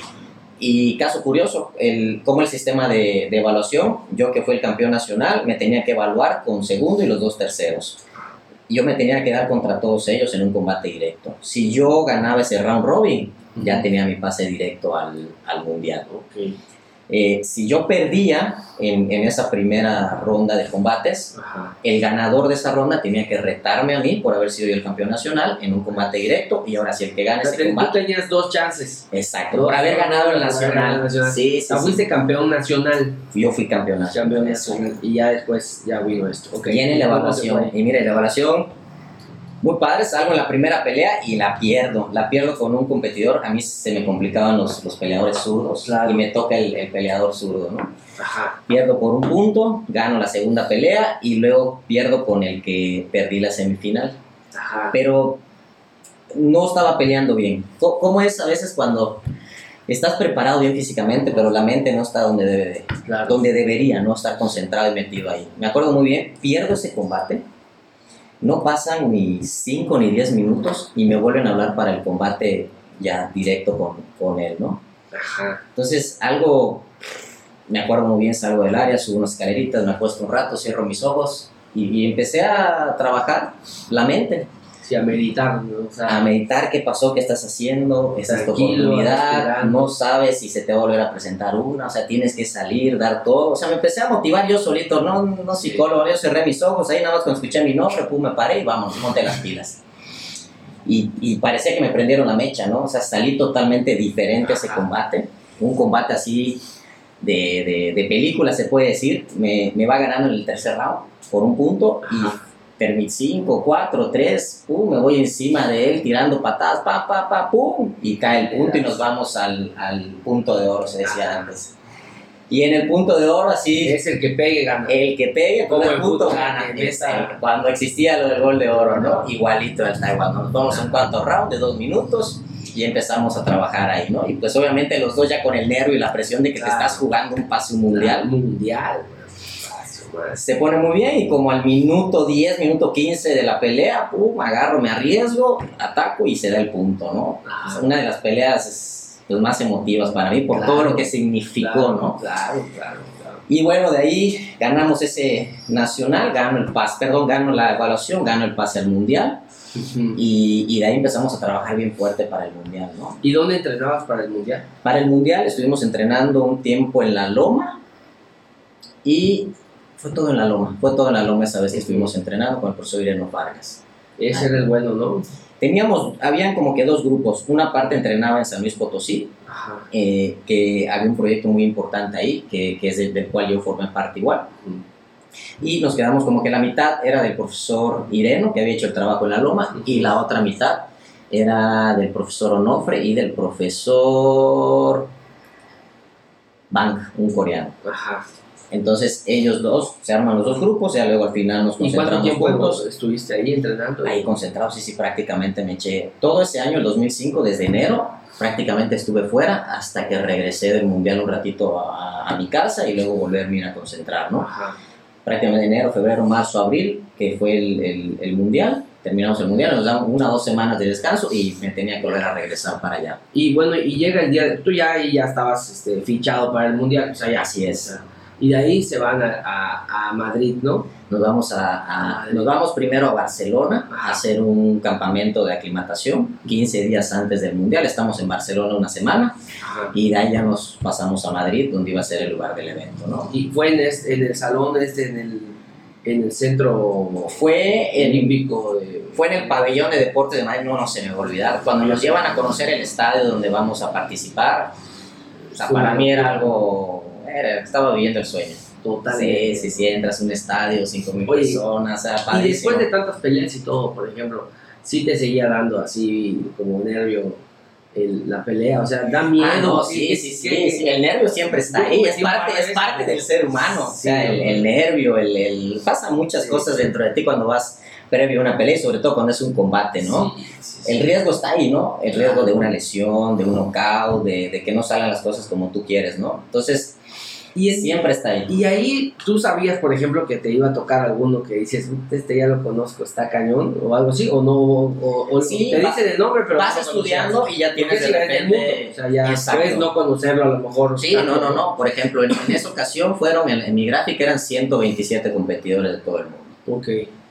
Y caso curioso, el, como el sistema de, de evaluación, yo que fui el campeón nacional, me tenía que evaluar con segundo y los dos terceros. Yo me tenía que dar contra todos ellos en un combate directo. Si yo ganaba ese round robin, ya tenía mi pase directo al, al Mundial. Okay. Eh, si yo perdía en, en esa primera ronda de combates, ajá, el ganador de esa ronda tenía que retarme a mí por haber sido yo el campeón nacional en un combate directo, y ahora si el que gana ese tú combate... Tú tenías dos chances. Exacto, por haber ganado el nacional. nacional. Sí, sí, ah, fuiste sí. campeón nacional. Yo fui campeón nacional. Campeón nacional. Y ya después ya vino esto. Okay. Viene la evaluación. Y mire, la evaluación... Muy padre, salgo en la primera pelea y la pierdo. La pierdo con un competidor. A mí se me complicaban los, los peleadores zurdos, claro, y me toca el, el peleador zurdo, ¿no? Ajá. Pierdo por un punto, gano la segunda pelea y luego pierdo con el que perdí la semifinal. Ajá. Pero no estaba peleando bien. ¿Cómo es a veces cuando estás preparado bien físicamente, pero la mente no está donde debe de, claro, donde debería, no estar concentrado y metido ahí? Me acuerdo muy bien, pierdo ese combate. No pasan ni cinco ni diez minutos y me vuelven a hablar para el combate ya directo con, con él, ¿no? Ajá. Entonces, algo, me acuerdo muy bien, salgo del área, subo unas escaleritas, me acuesto un rato, cierro mis ojos y, y empecé a trabajar la mente. Sí, a meditar, ¿no? O sea, a meditar qué pasó, qué estás haciendo, esta es tu oportunidad, no sabes si se te va a volver a presentar una, o sea, tienes que salir, dar todo. O sea, me empecé a motivar yo solito, no, no psicólogo, yo cerré mis ojos, ahí nada más cuando escuché mi nombre, pum, me paré y vamos, monté las pilas. Y, y parecía que me prendieron la mecha, ¿no? O sea, salí totalmente diferente a ese combate, un combate así de, de, de película, se puede decir. Me, me va ganando en el tercer round por un punto y permit cinco, cuatro, tres, pum, me voy encima de él tirando patadas, pa, pa, pa, pum, y cae el punto y nos vamos al, al punto de oro, se decía antes. Y en el punto de oro así... Es el que pegue, gana. El que pegue con el punto gana. Esa, cuando existía lo del gol de oro, ¿no? Igualito al Taekwondo. Nos vamos a un cuarto round de dos minutos y empezamos a trabajar ahí, ¿no? Y pues obviamente los dos ya con el nervio y la presión de que claro, te estás jugando un pase mundial. Mundial. Se pone muy bien y como al minuto diez, minuto quince de la pelea, pum, agarro, me arriesgo, ataco y se da el punto, ¿no? O sea, una de las peleas es, pues, más emotivas para mí por claro, todo lo que significó, claro, ¿no? Claro, claro, claro. Y bueno, de ahí ganamos ese nacional, gano el pase, perdón, gano la evaluación, gano el pase al mundial. Uh-huh. y, y de ahí empezamos a trabajar bien fuerte para el mundial, ¿no? ¿Y dónde entrenabas para el mundial? Para el mundial estuvimos entrenando un tiempo en La Loma y... Fue todo en La Loma, fue todo en La Loma esa vez que estuvimos entrenando con el profesor Ireno Vargas. Ese ah, era el bueno, ¿no? Teníamos, habían como que dos grupos. Una parte entrenaba en San Luis Potosí, eh, que había un proyecto muy importante ahí, que, que es del, del cual yo formé parte igual. Uh-huh. Y nos quedamos como que la mitad era del profesor Ireno, que había hecho el trabajo en La Loma, uh-huh, y la otra mitad era del profesor Onofre y del profesor Bang, un coreano. Ajá. Entonces ellos dos, se arman los dos grupos y luego al final nos concentramos. ¿Y cuánto tiempo juntos. estuviste ahí entrenando? Ahí concentrados, sí, sí, prácticamente me eché todo ese año, el dos mil cinco, desde enero, prácticamente estuve fuera hasta que regresé del mundial un ratito a, a mi casa y luego volverme a concentrar, ¿no? Ajá. Prácticamente enero, febrero, marzo, abril, que fue el, el, el mundial. Terminamos el mundial, nos damos una o dos semanas de descanso y me tenía que volver a regresar para allá. Y bueno, y llega el día, tú ya ahí ya estabas este, fichado para el mundial, o sea, ya. Así es. Y de ahí se van a, a, a Madrid, ¿no? Nos vamos, a, a, nos vamos primero a Barcelona a hacer un campamento de aclimatación, quince días antes del mundial. Estamos en Barcelona una semana. Ajá. Y de ahí ya nos pasamos a Madrid, donde iba a ser el lugar del evento, ¿no? Y fue en, este, en el salón, este, en el, en el centro fue olímpico de... Fue en el pabellón de deportes de Madrid, no, no se me va a olvidar. Cuando nos llevan a conocer el estadio donde vamos a participar, o sea, para mí era algo... Era, estaba viviendo el sueño. Totalmente. Sí, sí, sí, entras a un estadio, cinco mil personas, o sea, padrísimo. Y después de tantas peleas y todo, por ejemplo, ¿sí te seguía dando así como nervio el, la pelea? O sea, da miedo. Ah, no, ¿Qué- sí, qué- sí, sí, qué- sí, el nervio siempre está Yo ahí, cometí es un parte, par de es veces, parte pero- del ser humano, o Sí, sea, el, ¿no? el nervio, el, el, pasan muchas Sí. cosas dentro de ti cuando vas previo a una pelea y sobre todo cuando es un combate, ¿no? Sí, sí, sí. El riesgo está ahí, ¿no? El riesgo Claro. de una lesión, de un knockout, de, de que no salgan las cosas como tú quieres, ¿no? Entonces, Y, en- siempre está ahí. y ahí tú sabías, por ejemplo, que te iba a tocar alguno que dices, "Ut, este ya lo conozco, está cañón", o algo así, o no, o, o Sí, te va- dice de nombre, pero Vas no lo estudiando conocías. y ya Porque tienes es de el mundo, repente... o sea, ya Exacto. puedes no conocerlo a lo mejor. Sí, no, no, no. Por ejemplo, en, en esa ocasión fueron, en, en mi gráfica eran ciento veintisiete competidores de todo el mundo. Ok.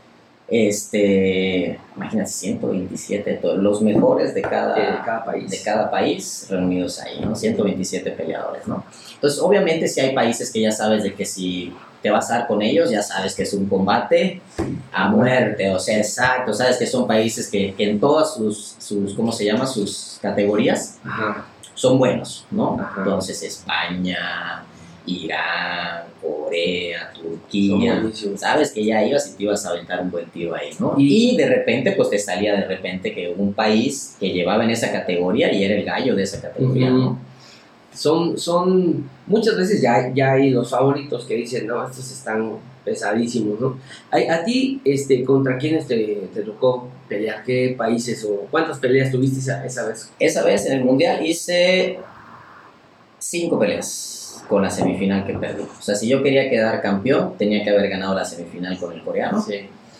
Este, imagínate, ciento veintisiete, de todos, los mejores de cada, De cada país. de cada país reunidos ahí, ¿no? ciento veintisiete peleadores, ¿no? Entonces, obviamente, si hay países que ya sabes de que si te vas a dar con ellos, ya sabes que es un combate a muerte, o sea, exacto, sabes que son países que, que en todas sus, sus, ¿cómo se llama? Sus categorías Ajá. son buenos, ¿no? Ajá. Entonces, España, Irán, Corea, Son Turquía, buenísimos. sabes que ya ibas y te ibas a aventar un buen tiro ahí, ¿no? Y- Y de repente, pues te salía de repente que un país que llevaba en esa categoría y era el gallo de esa categoría, Ujú. ¿no? Son, son, muchas veces ya, ya hay los favoritos que dicen, no, estos están pesadísimos, ¿no? A, a ti, este, ¿contra quiénes te, te tocó pelear? ¿Qué países o cuántas peleas tuviste esa, esa vez? Esa vez en el Mundial hice cinco peleas con la semifinal que perdí. O sea, si yo quería quedar campeón, tenía que haber ganado la semifinal con el coreano Sí.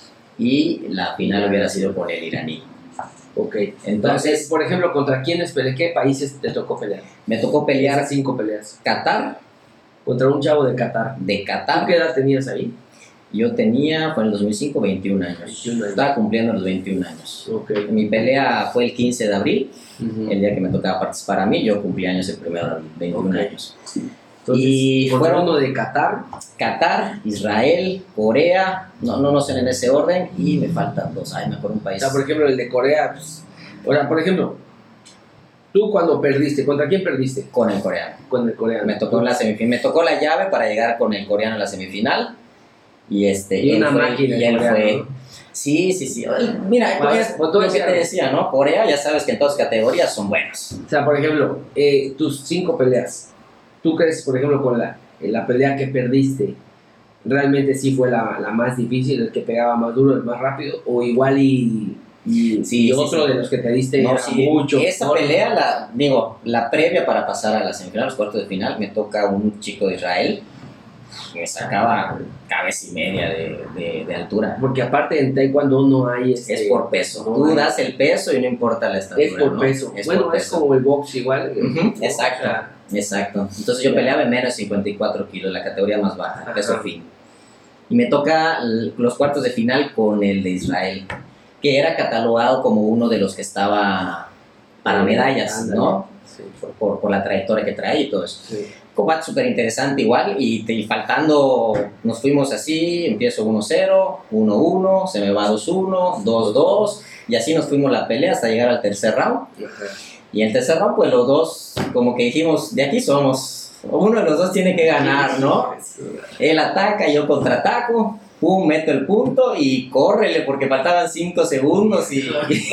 y la final hubiera sido con el iraní. Ok. Entonces, Entonces, por ejemplo, ¿contra quiénes peleé? ¿Qué países te tocó pelear? me tocó pelear Esas cinco peleas. Qatar, Contra un chavo de Qatar. de ¿Tú Qatar. qué edad tenías ahí? Yo tenía, fue en el dos mil cinco, veintiún años. veintiún años. Estaba cumpliendo los veintiún años. Ok. Mi pelea fue el quince de abril, Ujú. el día que me tocaba participar a mí. Yo cumplí años el primero, de los veintiún Ok. años. Entonces, Y contra fueron- uno de Qatar. Qatar, Israel, Corea, no, no, no sé en ese orden, y me faltan dos. Ay, me acuerdo un O país. sea, por ejemplo, el de Corea. Pues, ahora, por ejemplo, tú cuando perdiste, ¿contra quién perdiste? Con el coreano. Con el coreano. Me tocó la semifinal, me tocó la llave para llegar con el coreano a la semifinal. Y este, Y él una fue- máquina y el él coreano, fue. ¿no? Sí, sí, sí. Ay, Mira, Bueno, pues, pues, tú lo que decías- te decía, ¿no? Corea, ya sabes que en todas categorías son buenos. O sea, por ejemplo, eh, tus cinco peleas, ¿tú crees, por ejemplo, con la, eh, la pelea que perdiste, realmente sí fue la, la más difícil, el que pegaba más duro, el más rápido, o igual y, y, Sí, y sí, otro sí. de los que te diste No, era sí, mucho? esa ¿no? pelea, la, digo, la previa para pasar a la semifinal, los cuartos de final, me toca un chico de Israel que me sacaba cabeza y media de, de, de altura. Porque aparte en taekwondo no hay... Este, Es por peso. no Tú hay- das el peso y no importa la estatura. Es por ¿no? peso. Es bueno, por es peso. como el box igual. Ujú, O exacto. sea, Exacto. Entonces yo Ya. peleaba en menos de cincuenta y cuatro kilos, la categoría más baja, Ajá. peso fino. Y me toca l- los cuartos de final con el de Israel, que era catalogado como uno de los que estaba para medallas, ándale. ¿no? Sí, Por, por, por la trayectoria que trae y todo eso. sí. Combate súper interesante igual y, te- y faltando, nos fuimos así, empiezo uno cero, uno uno, se me va dos uno, dos dos y así nos fuimos la pelea hasta llegar al tercer round. Ajá. Y en el tercer round pues los dos como que dijimos, de aquí somos, uno de los dos tiene que ganar, ¿no? Él ataca, yo contraataco, pum, meto el punto y córrele porque faltaban cinco segundos y,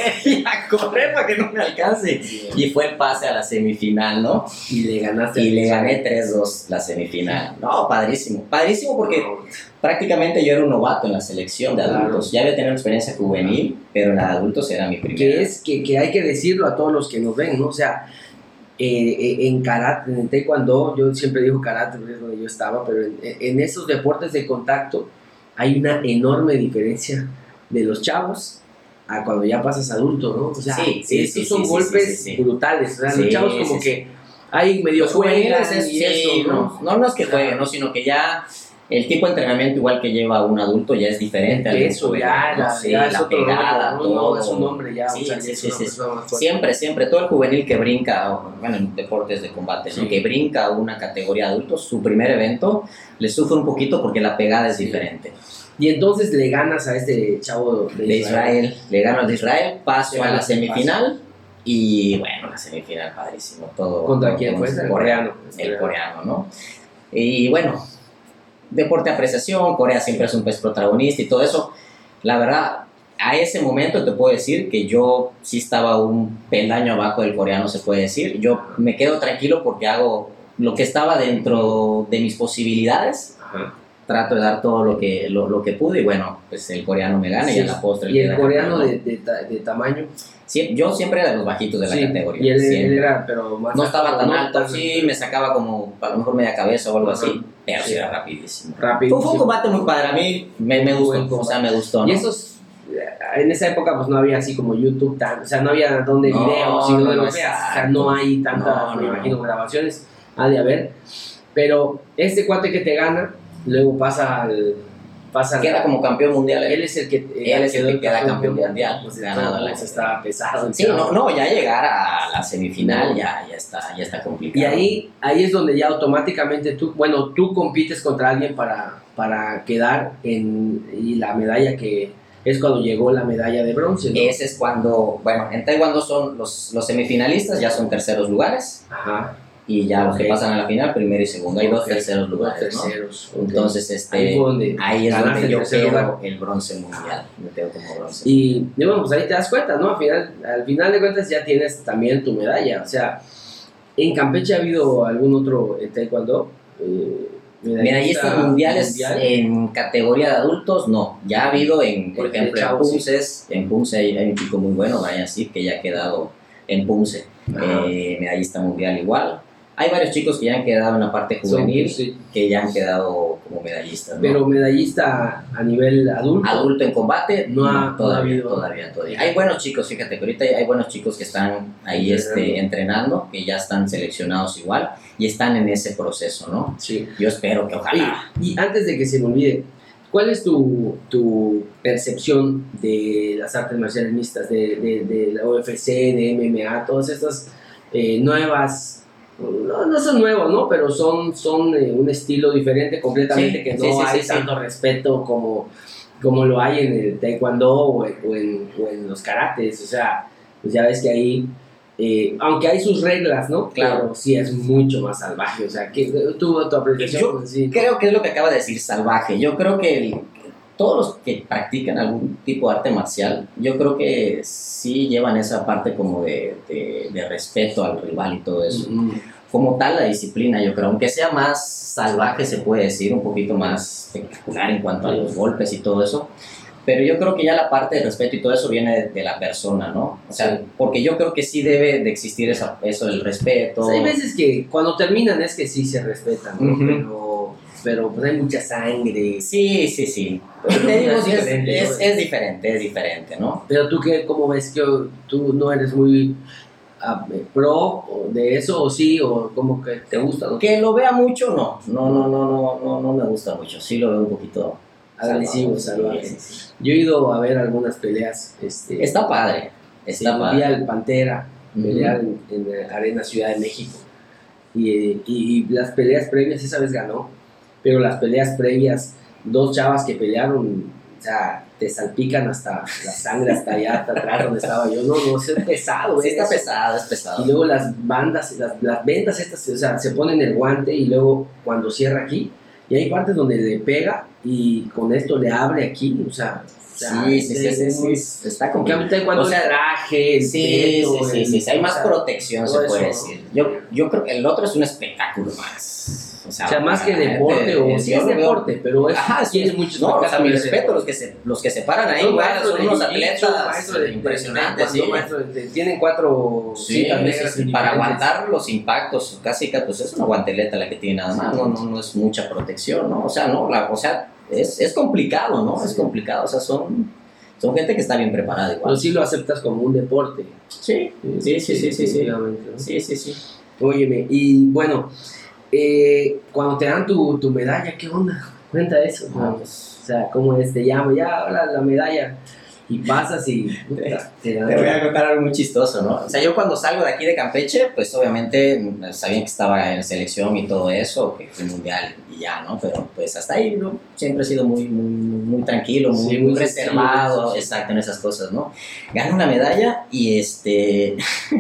y a correr para que no me alcance. Y fue el pase a la semifinal, ¿no? Y le ganaste. Y le gané tres dos la semifinal. No, padrísimo. Padrísimo porque prácticamente yo era un novato en la selección de adultos. Ya había tenido experiencia juvenil, pero la de adultos era mi primera. Que es que, que hay que decirlo a todos los que nos ven, ¿no? O sea, eh, eh, en karate, en taekwondo, yo siempre digo karate porque es donde yo estaba, pero en, en esos deportes de contacto hay una enorme diferencia de los chavos a cuando ya pasas adulto, ¿no? O sea, Sí, sí, estos sí, son sí, golpes sí, sí, sí. brutales, o sea, Sí, los chavos como sí, que hay medio Los juveniles juegan es, y sí, eso, ¿no? no, no, no es que jueguen, ¿no? Sino que ya el tipo de entrenamiento igual que lleva un adulto ya es diferente. al de un Eso juvenil, ya, ¿no? ya, Sí, ya es la otro pegada, rollo, ¿no? todo. No, es un hombre ya, Sí, o sea, sí, es sí, una sí. persona más fuerte. Siempre, siempre, todo el juvenil que brinca, o, bueno, en deportes de combate, ¿no? Sí. Que brinca a una categoría de adultos, su primer evento, le sufre un poquito porque la pegada es Sí. diferente. Y entonces le ganas a este chavo de, De Israel, le gano al de Israel, paso Le a la ganas el semifinal y bueno, la semifinal padrísimo, todo. ¿Contra todo quién con fue? el El coreano. coreano. El coreano, ¿no? Y bueno, deporte de apreciación, Corea siempre es un pez protagonista y todo eso. La verdad, a ese momento te puedo decir que yo sí estaba un peldaño abajo del coreano, se puede decir. Yo me quedo tranquilo porque hago lo que estaba dentro de mis posibilidades. Ajá. Trato de dar todo lo que, lo, lo que pude y bueno, pues el coreano me gana, sí, y a la postre ¿Y el queda coreano campeón, de, de, ta- de tamaño? Sí, yo siempre era de los bajitos de la Sí, categoría. Y él, siempre. él era, pero más No estaba tan no alto, tan- sí, me sacaba como a lo mejor media cabeza o algo Ajá. así, pero sí Sí. era rapidísimo. Rápido. Fue, fue un combate muy padre, a mí me, me Buen gustó, o sea, combate. me gustó, ¿no? Y esos, en esa época pues no había así como YouTube tan, o sea, no había donde No, videos y no, donde no, los veas, o sea, exacto. no hay tantas, No, me no, imagino, no. grabaciones, ha de haber, pero este cuate que te gana, luego pasa al, pasa al- Queda como campeón mundial. él es el que, Él es el quedó que queda campeón mundial, pues ganado ganado, la- estaba pesado. el Sí, no, chavo. no, ya llegar a la semifinal ya, ya, está, ya está complicado. Y ahí, ahí es donde ya automáticamente tú, bueno, tú compites contra alguien para, para quedar en, y la medalla que es cuando llegó la medalla de bronce, ¿no? Ese es cuando, bueno, en Taekwondo son los, los semifinalistas, ya son terceros lugares, Ajá. y ya los que Ok. pasan a la final, primero y segundo. Hay dos Ok. terceros lugares, Dos ¿no? terceros, ok. Entonces, este, Ahí fue donde ahí es ganaste donde el yo tercer quedo lugar. el bronce mundial. Me quedo como bronce. Y, y bueno, pues ahí te das cuenta, ¿no? Al final, al final de cuentas ya tienes también tu medalla. O sea, ¿en Campeche ha habido algún otro en Taekwondo? Eh, Medallistas mundiales mundial? en categoría de adultos, no. Ya ha habido, en, por De- de ejemplo, en chavos, sí. Punces, en Punce hay, hay un chico muy bueno, Brian Sip, que ya ha quedado en Punce, Ajá. eh, medallista mundial igual. Hay varios chicos que ya han quedado en la parte Son- juvenil, sí. que ya han quedado como medallistas, ¿no? Pero medallista a nivel adulto. Adulto en combate, No ha- no ha todavía, habido. todavía, todavía. Hay buenos chicos, fíjate que ahorita hay buenos chicos que están ahí este, entrenando, que ya están seleccionados igual y están en ese proceso, ¿no? Sí. Yo espero que ojalá. Y, y antes de que se me olvide, ¿cuál es tu, tu percepción de las artes marciales mixtas, de, de, de la U F C, de M M A, todas estas eh, nuevas, no, no son nuevos, ¿no? Pero son, son eh, un estilo diferente completamente, Sí, que no sí, sí, hay sí, tanto respeto como, como lo hay en el taekwondo o en, o en, o en los karates, o sea, pues ya ves que ahí... Eh, aunque hay sus reglas, ¿no? Claro. Pero sí es mucho más salvaje, o sea, que tú tu apreciación, Yo sí. Creo que es lo que acaba de decir, salvaje. Yo creo que el- todos los que practican algún tipo de arte marcial, yo creo que sí llevan esa parte como de, de, de respeto al rival y todo eso. Mm, Como tal, la disciplina, yo creo, aunque sea más salvaje, se puede decir, un poquito más espectacular en cuanto a los golpes y todo eso. Pero yo creo que ya la parte de respeto y todo eso viene de, de la persona, ¿no? O sea, Sí. porque yo creo que sí debe de existir esa, eso del respeto. pues hay veces que cuando terminan es que sí se respetan, ¿no? Ujú. pero, pero pues hay mucha sangre. Sí, sí, sí. Te digo, Es es, diferente, es, ¿no? es diferente, es diferente, ¿no? Pero tú, qué, ¿cómo ves que tú no eres muy ah, pro de eso, o sí, o como que te gusta, ¿no? Que lo vea mucho, no. No, no, no, no, no, no me gusta mucho. Sí lo veo un poquito Agresivo, salvaje, salvaje. sí, sí, sí. Yo he ido a ver algunas peleas, este, Está padre, sí, está vi padre. al Pantera Ujú. pelear en, en la Arena Ciudad de México. Y, eh, y, y las peleas previas, esa vez ganó, pero las peleas previas, dos chavas que pelearon, o sea, te salpican hasta la sangre, hasta allá, hasta atrás donde estaba yo. No, no, es pesado, Sí, ¿eh? está Eso. pesado, es pesado. Y luego las bandas, las, las ventas estas, o sea, se ponen el guante y luego cuando cierra aquí, y hay partes donde le pega y con esto le abre aquí, o sea, o sea, Sí, sí, sí, es- sí, es muy- sí, está Porque complicado. ahorita cuando O sea, el traje, el Sí, peto, sí, sí, el- sí, sí, hay más o sea, protección, se todo puede eso. decir. Yo, yo creo que el otro es un espectáculo más. O sea, O sea, más que para la deporte, gente, o sí, sí es yo lo veo- deporte, pero es, Ajá, sí, tiene muchos no, o sea, mi espectáculos. respeto, los que se, los que se paran ahí, Son igual, maestros son de unos jiu-jitsu, atletas maestros de- impresionantes, de- sí. maestros de- tienen cuatro Sí, citas sí, negras sí, para diferentes. aguantar los impactos, casi que pues es una guanteleta la que tiene nada más, no, no, no es mucha protección, ¿no? O sea, no, la, o sea, es, es complicado, ¿no? Es complicado, o sea, son, son gente que está bien preparada igual. Pero sí lo aceptas como un deporte. Sí, sí, sí, sí, sí, sí. definitivamente, ¿no? Sí, sí, sí. Óyeme, y bueno, eh, cuando te dan tu, tu medalla, ¿qué onda? Cuenta eso, ¿no? Ah, pues, O sea, ¿cómo es? Te llamo, ya, ahora la medalla. Y pasas y puta, te dan. Te voy a contar algo muy chistoso, ¿no? O sea, yo cuando salgo de aquí de Campeche, pues obviamente mm, sabían que estaba en selección y todo eso, que fui mundial y ya, ¿no? Pero pues hasta ahí, ¿no? Siempre he sido muy, muy, muy tranquilo, muy, Sí, muy muy reservado, sencillo, sí. exacto, en esas cosas, ¿no? Gano una medalla y este...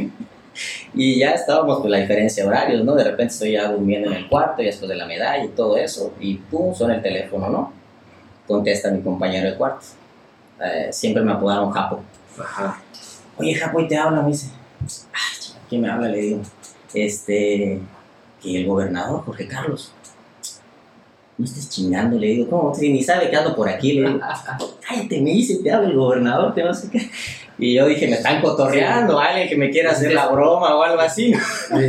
y ya estábamos con la diferencia de horarios, ¿no? De repente estoy ya durmiendo en el cuarto y después de la medalla y todo eso, y pum, suena el teléfono, ¿no? Contesta mi compañero de cuarto. eh, siempre me apodaron Japo. Ajá. Oye, Japo, y te habla, me dice. Ay, ¿quién me habla? Le digo. Este, que el gobernador, Jorge Carlos. No estés chingando, le digo. ¿Cómo? Si ni sabe que ando por aquí, le digo. Cállate, me dice, te habla el gobernador, te no sé qué. Y yo dije, me están cotorreando, alguien que me quiera hacer la broma o algo así, ¿no?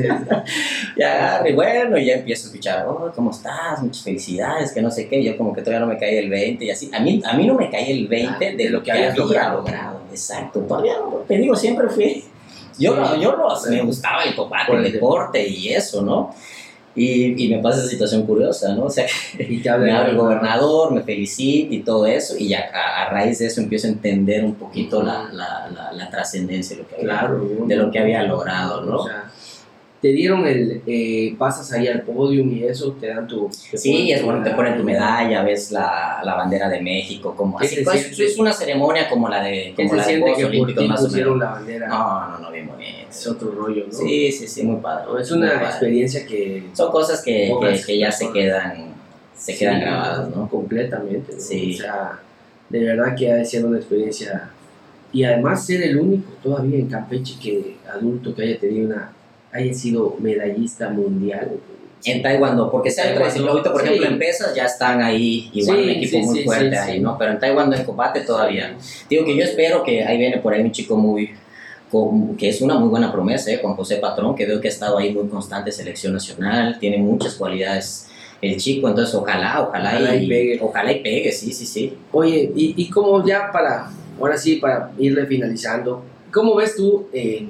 Y agarre, bueno, y ya empiezo a escuchar, oh, ¿cómo estás? Muchas felicidades, que no sé qué. Yo como que todavía no me caí el veinte y así. A mí, a mí no me caí el veinte de, de lo que, que había logrado. logrado. Exacto, todavía no, te digo, siempre fui. Yo, sí, no, yo no, me gustaba el combate, el deporte y eso, ¿no? Y, y me pasa esa situación curiosa, ¿no? O sea, que me habla el gobernador, me felicita y todo eso, y ya a, a raíz de eso empiezo a entender un poquito uh-huh. la, la, la, la trascendencia de lo que había, claro, de lo que había logrado, ¿no? O sea, te dieron el, eh, pasas ahí al podium y eso, te dan tu... Te sí, es bueno, te ponen tu medalla, ves la, la bandera de México, como así, pues, es, es una ceremonia como la de como se la de siente Juegos que Olímpicos más pusieron la bandera? No, no, no, bien bonito. Es otro rollo, ¿no? Sí, sí, sí, muy padre. No, es una experiencia que... Son cosas que, que, que ya se quedan, se quedan sí, grabadas, ¿no? Completamente, ¿no? Sí. O sea, de verdad que ha de ser una experiencia... Y además ser el único todavía en Campeche que adulto que haya tenido una... haya sido medallista mundial. En Taekwondo, porque sea otra disciplina, ahorita por sí. ejemplo en pesas ya están ahí, igual sí, un equipo sí, muy sí, fuerte sí, ahí, sí. ¿no? Pero en Taekwondo, en combate todavía. Sí. Digo que yo espero que ahí viene por ahí un chico muy, con, que es una muy buena promesa, ¿eh? Con José Patrón, que veo que ha estado ahí muy constante, selección nacional, tiene muchas cualidades el chico, entonces ojalá, ojalá, ojalá y, y pegue. Ojalá y pegue, sí, sí, sí. Oye, y, y como ya para, ahora sí, para irle finalizando, ¿cómo ves tú eh,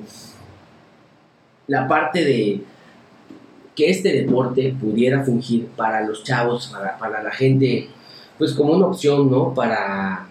la parte de que este deporte pudiera fungir para los chavos, para, para la gente, pues como una opción, ¿no? Para,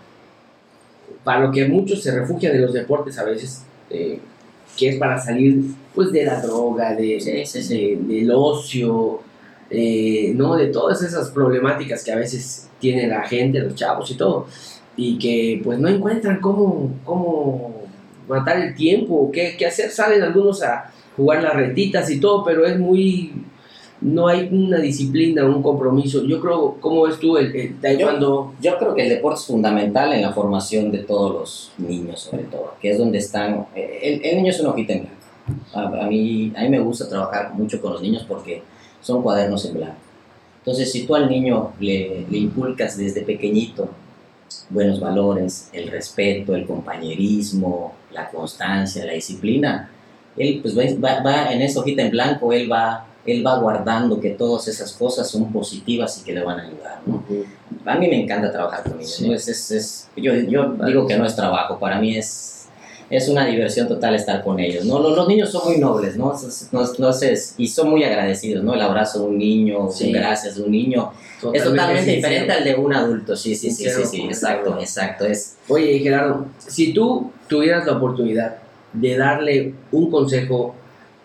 para lo que muchos se refugian de los deportes a veces, eh, que es para salir pues de la droga, de, sí, sí, sí. de, del ocio, eh, ¿no? De todas esas problemáticas que a veces tiene la gente, los chavos y todo, y que pues no encuentran cómo, cómo matar el tiempo, qué, qué hacer, salen algunos a jugar las retitas y todo, pero es muy, no hay una disciplina, un compromiso. Yo creo, ¿cómo ves tú el, el taekwondo? Yo, yo creo que el deporte es fundamental en la formación de todos los niños, sobre todo, que es donde están, el, el niño es una hojita en blanco. A, a, mí, a mí me gusta trabajar mucho con los niños porque son cuadernos en blanco. Entonces, si tú al niño le, le inculcas desde pequeñito buenos valores, el respeto, el compañerismo, la constancia, la disciplina, él pues va, va en esa hojita en blanco, él va, él va guardando que todas esas cosas son positivas y que le van a ayudar, ¿no? Uh-huh. A mí me encanta trabajar con ellos, sí. ¿no? Es, es, es, yo yo vale. digo que no es trabajo, para mí es, es una diversión total estar con ellos, ¿no? Los, los niños son muy nobles, ¿no? Entonces, y son muy agradecidos, ¿no? El abrazo de un niño, sí. un gracias de un niño, totalmente es totalmente sincero. Diferente al de un adulto, sí, sí, sí, sí, sí, sí, exacto, exacto. Es. Oye, Gerardo, si tú tuvieras la oportunidad de darle un consejo,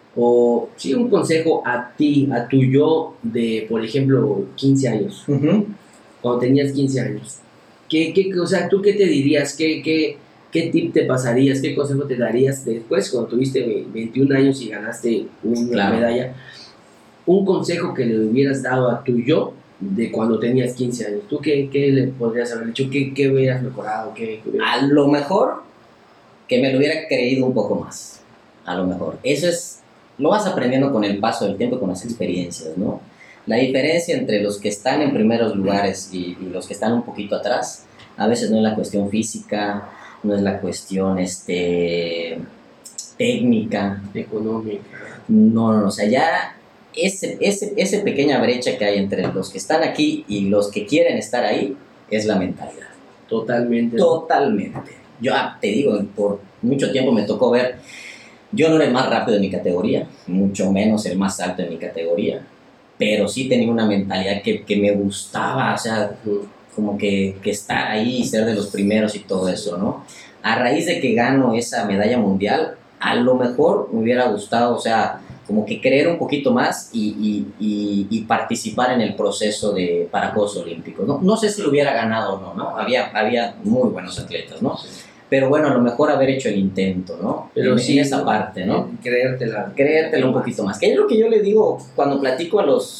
o sí, un consejo a ti, a tu yo de, por ejemplo, quince años, uh-huh. cuando tenías quince años, ¿qué, qué, o sea, ¿tú qué te dirías? ¿Qué, qué, qué tip te pasarías? ¿Qué consejo te darías después, cuando tuviste veintiún años y ganaste una claro. medalla? Un consejo que le hubieras dado a tu yo de cuando tenías quince años. ¿Tú qué, qué le podrías haber dicho? ¿Qué, qué hubieras mejorado? ¿Qué, qué hubieras... A lo mejor que me lo hubiera creído un poco más, a lo mejor. Eso es, lo vas aprendiendo con el paso del tiempo, con las experiencias, ¿no? La diferencia entre los que están en primeros lugares y, y los que están un poquito atrás, a veces no es la cuestión física, no es la cuestión este, técnica, económica. No, no, no, o sea, ya ese, ese, esa pequeña brecha que hay entre los que están aquí y los que quieren estar ahí, es la mentalidad. Totalmente. Totalmente. Yo te digo, por mucho tiempo me tocó ver, yo no era el más rápido en mi categoría, mucho menos el más alto en mi categoría, pero sí tenía una mentalidad que, que me gustaba, o sea, como que, que estar ahí y ser de los primeros y todo eso, ¿no? A raíz de que gano esa medalla mundial, a lo mejor me hubiera gustado, o sea, como que creer un poquito más y, y, y, y participar en el proceso de, para Juegos Olímpicos, ¿no? No sé si lo hubiera ganado o no, ¿no? Había, había muy buenos atletas, ¿no? Sí. Pero bueno, a lo mejor haber hecho el intento, ¿no? Pero en, sí, en esa parte, ¿no? Creértela. Creértela un poquito más. Que es lo que yo le digo cuando platico a los,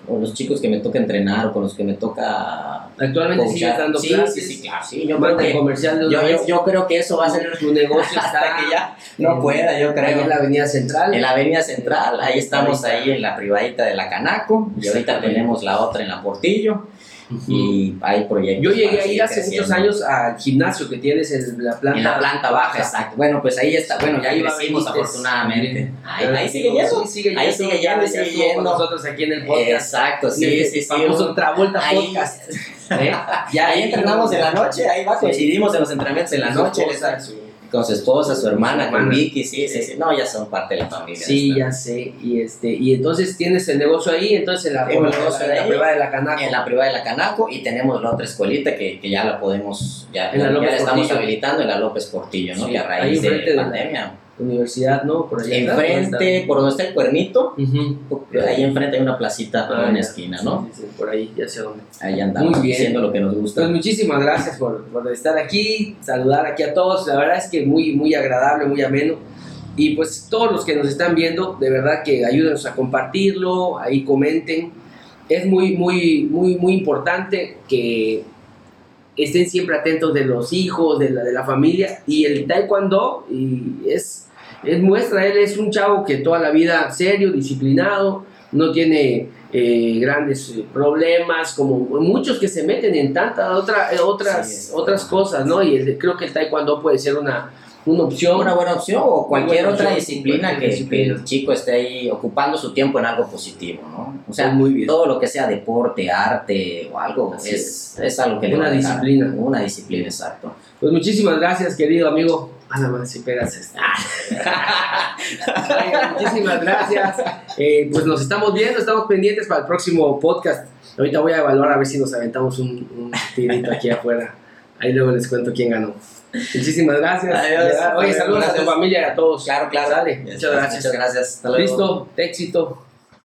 o los chicos que me toca entrenar o con los que me toca actualmente coachar. sigues dando sí, clases. Sí, sí, claro, sí. Yo creo, Manda el que, comercial de una yo, vez. yo, yo creo que eso va a ser Tu negocio hasta está que ya no en- pueda, yo ahí creo. en la Avenida Central. En la Avenida Central, ahí estamos Ahí está. ahí en la privadita de la Canaco y ahorita Exactamente. tenemos la otra en la Portillo. Y hay proyectos. Yo llegué para a ir seguir hace creciendo. muchos años al gimnasio que tienes en la planta En la planta baja, exacto. Bueno, pues ahí está. Bueno, ya Ahí va crecimos Benítez. afortunadamente. Ahí, Ahí ahí sigue yendo. Sí, sigue Ahí yendo, sigue ya- yendo, ya sigue estuvo con yendo. nosotros aquí en el podcast. Exacto, sí, En el sí, sí. famoso Travolta Ahí- Podcast. ¿eh? Ya ahí entrenamos en la noche, ahí va, Sí. coincidimos en los entrenamientos en la Su noche. esposa, su- Con su esposa, su hermana, Su con hermana. Vicky, sí, sí, sí. No, ya son parte de la familia. Sí, ¿no? ya sé. Y este y entonces tienes el negocio ahí, entonces en la, Tengo el la- negocio la- la ahí. prueba de la Canaco. En la privada de la Canaco y tenemos la otra escuelita que, que ya la podemos, ya, En la ya López la estamos Portillo. habilitando en la López Portillo, ¿no? Sí, Que a ahí raíz de enfrente de la- pandemia. Universidad, ¿no? Por allá atrás, Enfrente, por donde está el cuernito, ¿no? Ujú. ahí enfrente hay una placita, Ah, una ya. esquina, ¿no? Sí, sí, por ahí, ya sé dónde. Ahí andamos Muy bien. haciendo lo que nos Pues gusta. muchísimas gracias por, por estar aquí, saludar aquí a todos. La verdad es que muy, muy agradable, muy ameno. Y pues todos los que nos están viendo, de verdad que ayúdenos a compartirlo, ahí comenten. Es muy, muy, muy, muy importante que estén siempre atentos de los hijos, de la, de la familia. Y el taekwondo y es, es muestra, él es un chavo que toda la vida serio, disciplinado, no tiene eh, grandes eh, problemas, como muchos que se meten en tantas otra, eh, otras, Sí. otras cosas, ¿no? Y el- creo que el taekwondo puede ser una, una opción. Una buena opción o cualquier buena otra opción, disciplina cualquier que, disciplina. que el chico esté ahí ocupando su tiempo en algo positivo, ¿no? O sea, Pues muy bien. todo lo que sea deporte, arte o algo Así es, es algo que le Una va a dejar. disciplina. Una disciplina, exacto. Pues muchísimas gracias, querido amigo. Ah, nada más si pegas esto. Oiga, muchísimas gracias. Eh, pues nos estamos viendo, estamos pendientes para el próximo podcast. Ahorita voy a evaluar a ver si nos aventamos un, un tirito aquí afuera. Ahí luego les cuento quién ganó. Muchísimas gracias. Adiós. Oye, saludos a tu Gracias. familia y a todos. Claro, claro. Sale. Muchas gracias. Muchas gracias. Hasta luego. Listo, éxito.